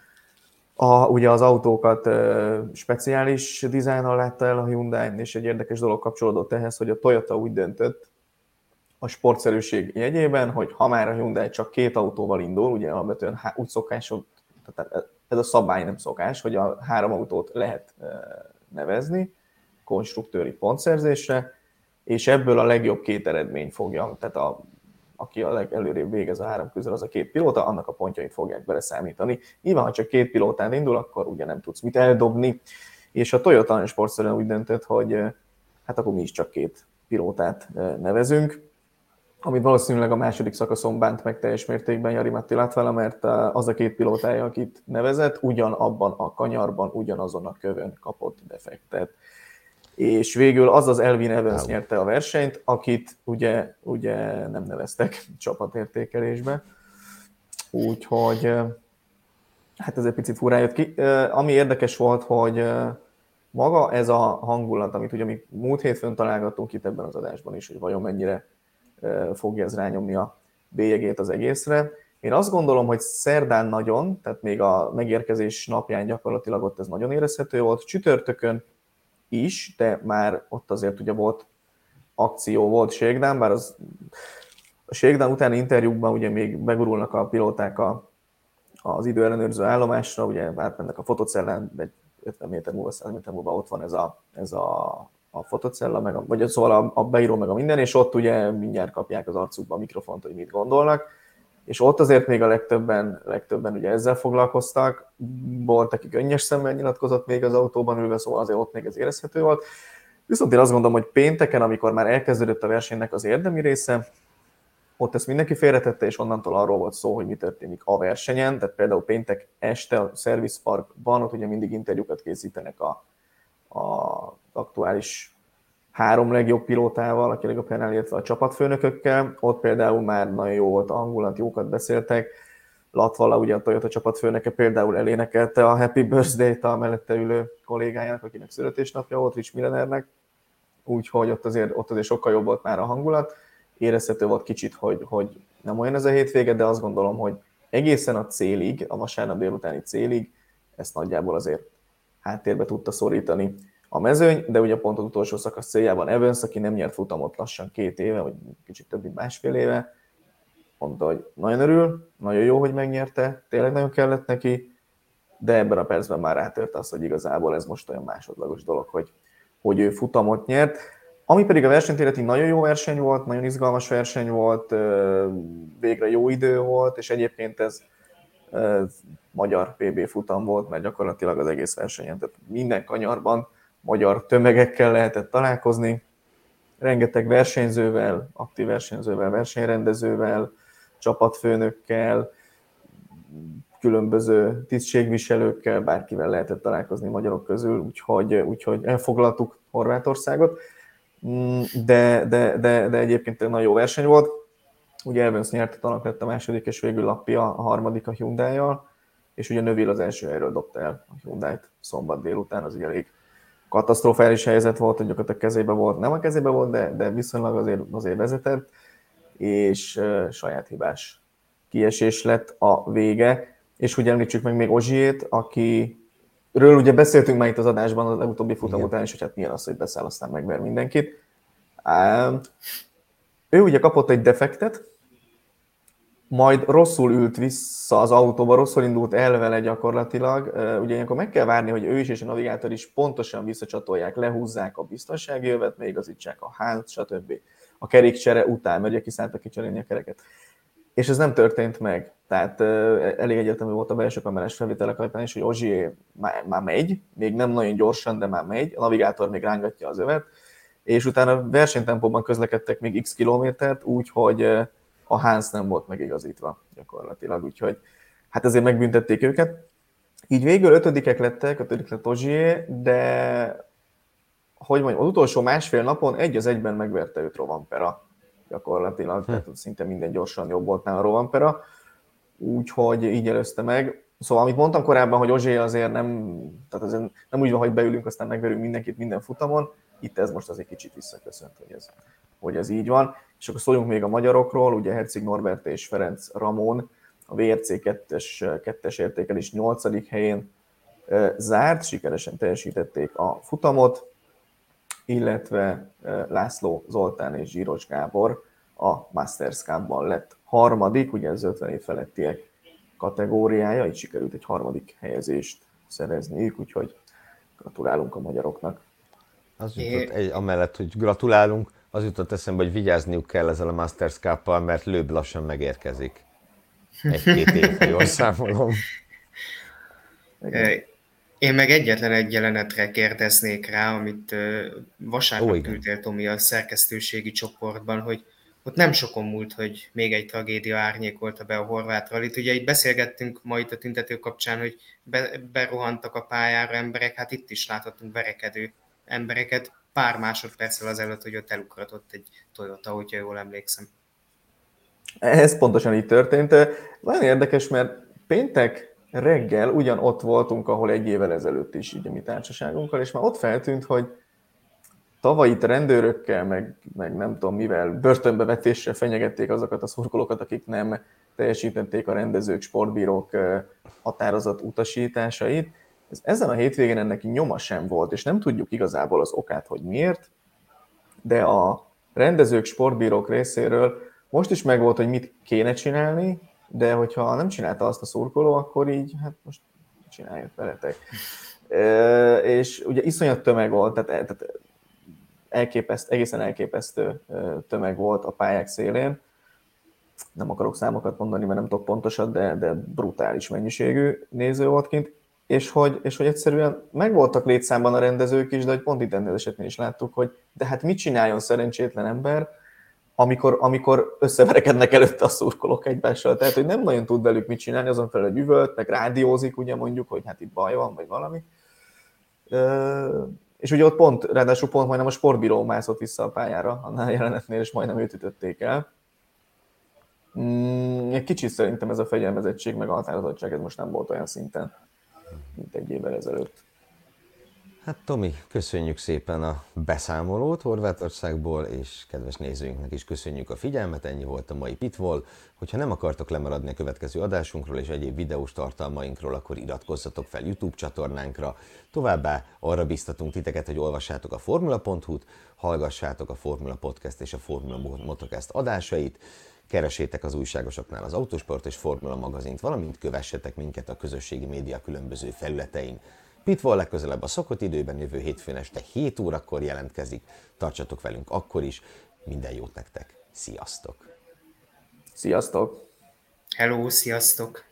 Ugye az autókat speciális dizájnnal látta el a Hyundai, és egy érdekes dolog kapcsolódott ehhez, hogy a Toyota úgy döntött a sportszerűség jegyében, hogy ha már a Hyundai csak 2 autóval indul, ugye alapvetően úgy szokás, tehát ez a szabály nem szokás, hogy a 3 autót lehet nevezni konstruktőri pontszerzésre, és ebből a legjobb 2 eredmény fogja, tehát aki a legelőrébb végez a 3 közül, az a 2 pilóta, annak a pontjait fogják beleszámítani. Nyilván, ha csak 2 pilótán indul, akkor ugye nem tudsz mit eldobni, és a Toyota sportszerűen úgy döntött, hogy hát akkor mi is csak 2 pilótát nevezünk, amit valószínűleg a második szakaszon bánt meg teljes mértékben Jari-Matti Latvala, mert az a 2 pilótája, akit nevezett, ugyanabban a kanyarban, ugyanazon a kövön kapott defektet. És végül az Elfyn Evans nyerte a versenyt, akit ugye nem neveztek csapatértékelésbe. Úgyhogy hát ez egy picit furán jött ki. Ami érdekes volt, hogy maga ez a hangulat, amit ugye mi múlt hétfőn találgattunk itt ebben az adásban is, hogy vajon mennyire fogja ez rányomni a bélyegét az egészre. Én azt gondolom, hogy szerdán nagyon, tehát még a megérkezés napján gyakorlatilag ott ez nagyon érezhető volt, csütörtökön is, de már ott azért ugye volt akció, volt shakedown, bár a shakedown utáni interjúkban ugye még begurulnak a pilóták az időellenőrző állomásra, ugye átmennek a fotocellán, de 50 méter múlva, 100 méter múlva ott van ez a fotocella, vagy szóval a beíró meg a minden, és ott ugye mindjárt kapják az arcukba a mikrofont, hogy mit gondolnak, és ott azért még a legtöbben ugye ezzel foglalkoztak, volt, aki könnyes szemmel nyilatkozott még az autóban ülve, szóval azért ott még ez érezhető volt. Viszont én azt gondolom, hogy pénteken, amikor már elkezdődött a versenynek az érdemi része, ott ezt mindenki félretette, és onnantól arról volt szó, hogy mi történik a versenyen, tehát például péntek este a Service Parkban, ott ugye mindig interjúkat készítenek az aktuális 3 legjobb pilótával, aki legjobb illetve a csapatfőnökökkel, ott például már nagyon jó volt a hangulat, jókat beszéltek, Latvala, ugye a Toyota csapatfőnöke például elénekelte a Happy Birthday-t a mellette ülő kollégájának, akinek születésnapja volt, Rich Millenernek, úgyhogy ott azért sokkal jobb volt már a hangulat. Érezhető volt kicsit, hogy nem olyan ez a hétvége, de azt gondolom, hogy egészen a célig, a vasárnap délutáni célig ezt nagyjából azért háttérbe tudta szorítani a mezőny, de ugye pont az utolsó szakasz céljában Evans, aki nem nyert futamot lassan 2 éve, vagy kicsit több mint 1,5 éve, mondta, hogy nagyon örül, nagyon jó, hogy megnyerte, tényleg nagyon kellett neki, de ebben a percben már rátört az, hogy igazából ez most olyan másodlagos dolog, hogy ő futamot nyert. Ami pedig a versenyt illeti, nagyon jó verseny volt, nagyon izgalmas verseny volt, végre jó idő volt, és egyébként ez magyar PB futam volt, mert gyakorlatilag az egész versenyen, tehát minden kanyarban magyar tömegekkel lehetett találkozni, rengeteg versenyzővel, aktív versenyzővel, versenyrendezővel, csapatfőnökkel, különböző tisztségviselőkkel, bárkivel lehetett találkozni magyarok közül, úgyhogy elfoglaltuk Horvátországot, de egyébként nagyon jó verseny volt. Ugye Evans nyert, Tanak lett a második, és végül Lapia a harmadik a Hyundai-jal, és ugye Neuville az első helyről dobta el a Hyundai-t szombat délután, az ugye elég katasztrofális helyzet volt, hogy gyakorlatilag kezébe volt, nem a kezébe volt, de viszonylag azért vezetett, és saját hibás kiesés lett a vége. És ugye említsük meg még Ogier-t, akiről ugye beszéltünk már itt az adásban az legutóbbi futam után is, hogy hát milyen az, hogy beszáll, aztán megver mindenkit. Ő ugye kapott egy defektet, majd rosszul ült vissza az autóba, rosszul indult el vele gyakorlatilag. Ugye ilyenkor meg kell várni, hogy ő is és a navigátor is pontosan visszacsatolják, lehúzzák a biztonsági övet, megigazítsák a hánt, stb. A kerékcsere után, mert ugye kiszálltak kicserélni a kereket. És ez nem történt meg. Tehát elég egyértelmű volt a belső kamerás felvételek alapján is, hogy Ogier már megy, még nem nagyon gyorsan, de már megy, a navigátor még rángatja az övet, és utána versenytempóban közlekedtek még x kilométert, úgyhogy a Hans nem volt megigazítva gyakorlatilag, úgyhogy hát ezért megbüntették őket. Így végül 5-ek lettek, 5. lett Ogier, de hogy mondjam, az utolsó másfél napon 1-1 megverte őt Rovanpera gyakorlatilag, tehát szinte minden gyorsan jobb volt nála Rovanpera, úgyhogy így előzte meg. Szóval amit mondtam korábban, hogy Ogier azért azért nem úgy van, hogy beülünk, aztán megverünk mindenkit minden futamon, itt ez most azért kicsit visszaköszönt, hogy ez így van. És akkor szóljunk még a magyarokról, ugye Herceg Norbert és Ferenc Ramón a WRC 2-es értékelés 8. helyén zárt, sikeresen teljesítették a futamot, illetve László Zoltán és Zsíros Gábor a Masters Cup-ban lett harmadik, ugye ez 50 év felettiek kategóriája, így sikerült egy harmadik helyezést szerezniük, úgyhogy gratulálunk a magyaroknak. Az jutott, amellett, hogy gratulálunk, az jutott eszembe, hogy vigyázniuk kell ezzel a Masters Cup-pal, mert Lőb lassan megérkezik. 1-2 év, ha jól számolom. Én meg egyetlen egy jelenetre kérdeznék rá, amit vasárnap küldtél, Tomi, a szerkesztőségi csoportban, hogy ott nem sokon múlt, hogy még egy tragédia árnyékolta be a horvát rallit. Ugye itt beszélgettünk ma itt a tüntető kapcsán, hogy berohantak a pályára emberek, hát itt is láthatunk verekedő embereket pár másodperccel azelőtt, hogy ott elugratott egy Toyota, hogyha jól emlékszem. Ez pontosan így történt. Nagyon érdekes, mert péntek reggel ugyanott voltunk, ahol 1 évvel ezelőtt is így a mi társaságunkkal, és már ott feltűnt, hogy tavaly itt rendőrökkel, meg nem tudom mivel, börtönbevetésre fenyegették azokat a szurkolókat, akik nem teljesítették a rendezők, sportbírók határozott utasításait. Ezen a hétvégén ennek nyoma sem volt, és nem tudjuk igazából az okát, hogy miért, de a rendezők, sportbírók részéről most is megvolt, hogy mit kéne csinálni, de hogyha nem csinálta azt a szurkoló, akkor így, hát most csináljuk veletek. És ugye iszonyat tömeg volt, tehát egészen elképesztő tömeg volt a pályák szélén. Nem akarok számokat mondani, mert nem tudok pontosat, de brutális mennyiségű néző volt kint. És hogy egyszerűen megvoltak létszámban a rendezők is, de hogy pont itt ennél esetnél is láttuk, hogy de hát mit csináljon szerencsétlen ember, amikor összeverekednek előtte a szurkolók egymással. Tehát, hogy nem nagyon tud velük mit csinálni, azon felül, hogy üvölt, meg rádiózik, ugye mondjuk, hogy hát itt baj van, vagy valami. És ugye ott ráadásul pont majdnem a sportbíró mászott vissza a pályára, annál jelenetnél, és majdnem őt ütötték el. Egy kicsit szerintem ez a fegyelmezettség meg a határozottság, ez most nem volt olyan szinten, mint egy évvel ezelőtt. Hát Tomi, köszönjük szépen a beszámolót Horvátországból, és kedves nézőinknek is köszönjük a figyelmet, ennyi volt a mai Pitfall. Hogyha nem akartok lemaradni a következő adásunkról és egyéb videós tartalmainkról, akkor iratkozzatok fel YouTube csatornánkra. Továbbá arra biztatunk titeket, hogy olvassátok a formula.hu-t, hallgassátok a Formula Podcast és a Formula Motocast adásait, keresétek az újságosoknál az Autosport és Formula magazint, valamint kövessetek minket a közösségi média különböző felületein. Pitfall legközelebb a szokott időben jövő hétfőn este 7 órakor jelentkezik. Tartsatok velünk akkor is. Minden jót nektek. Sziasztok! Sziasztok! Hello, sziasztok!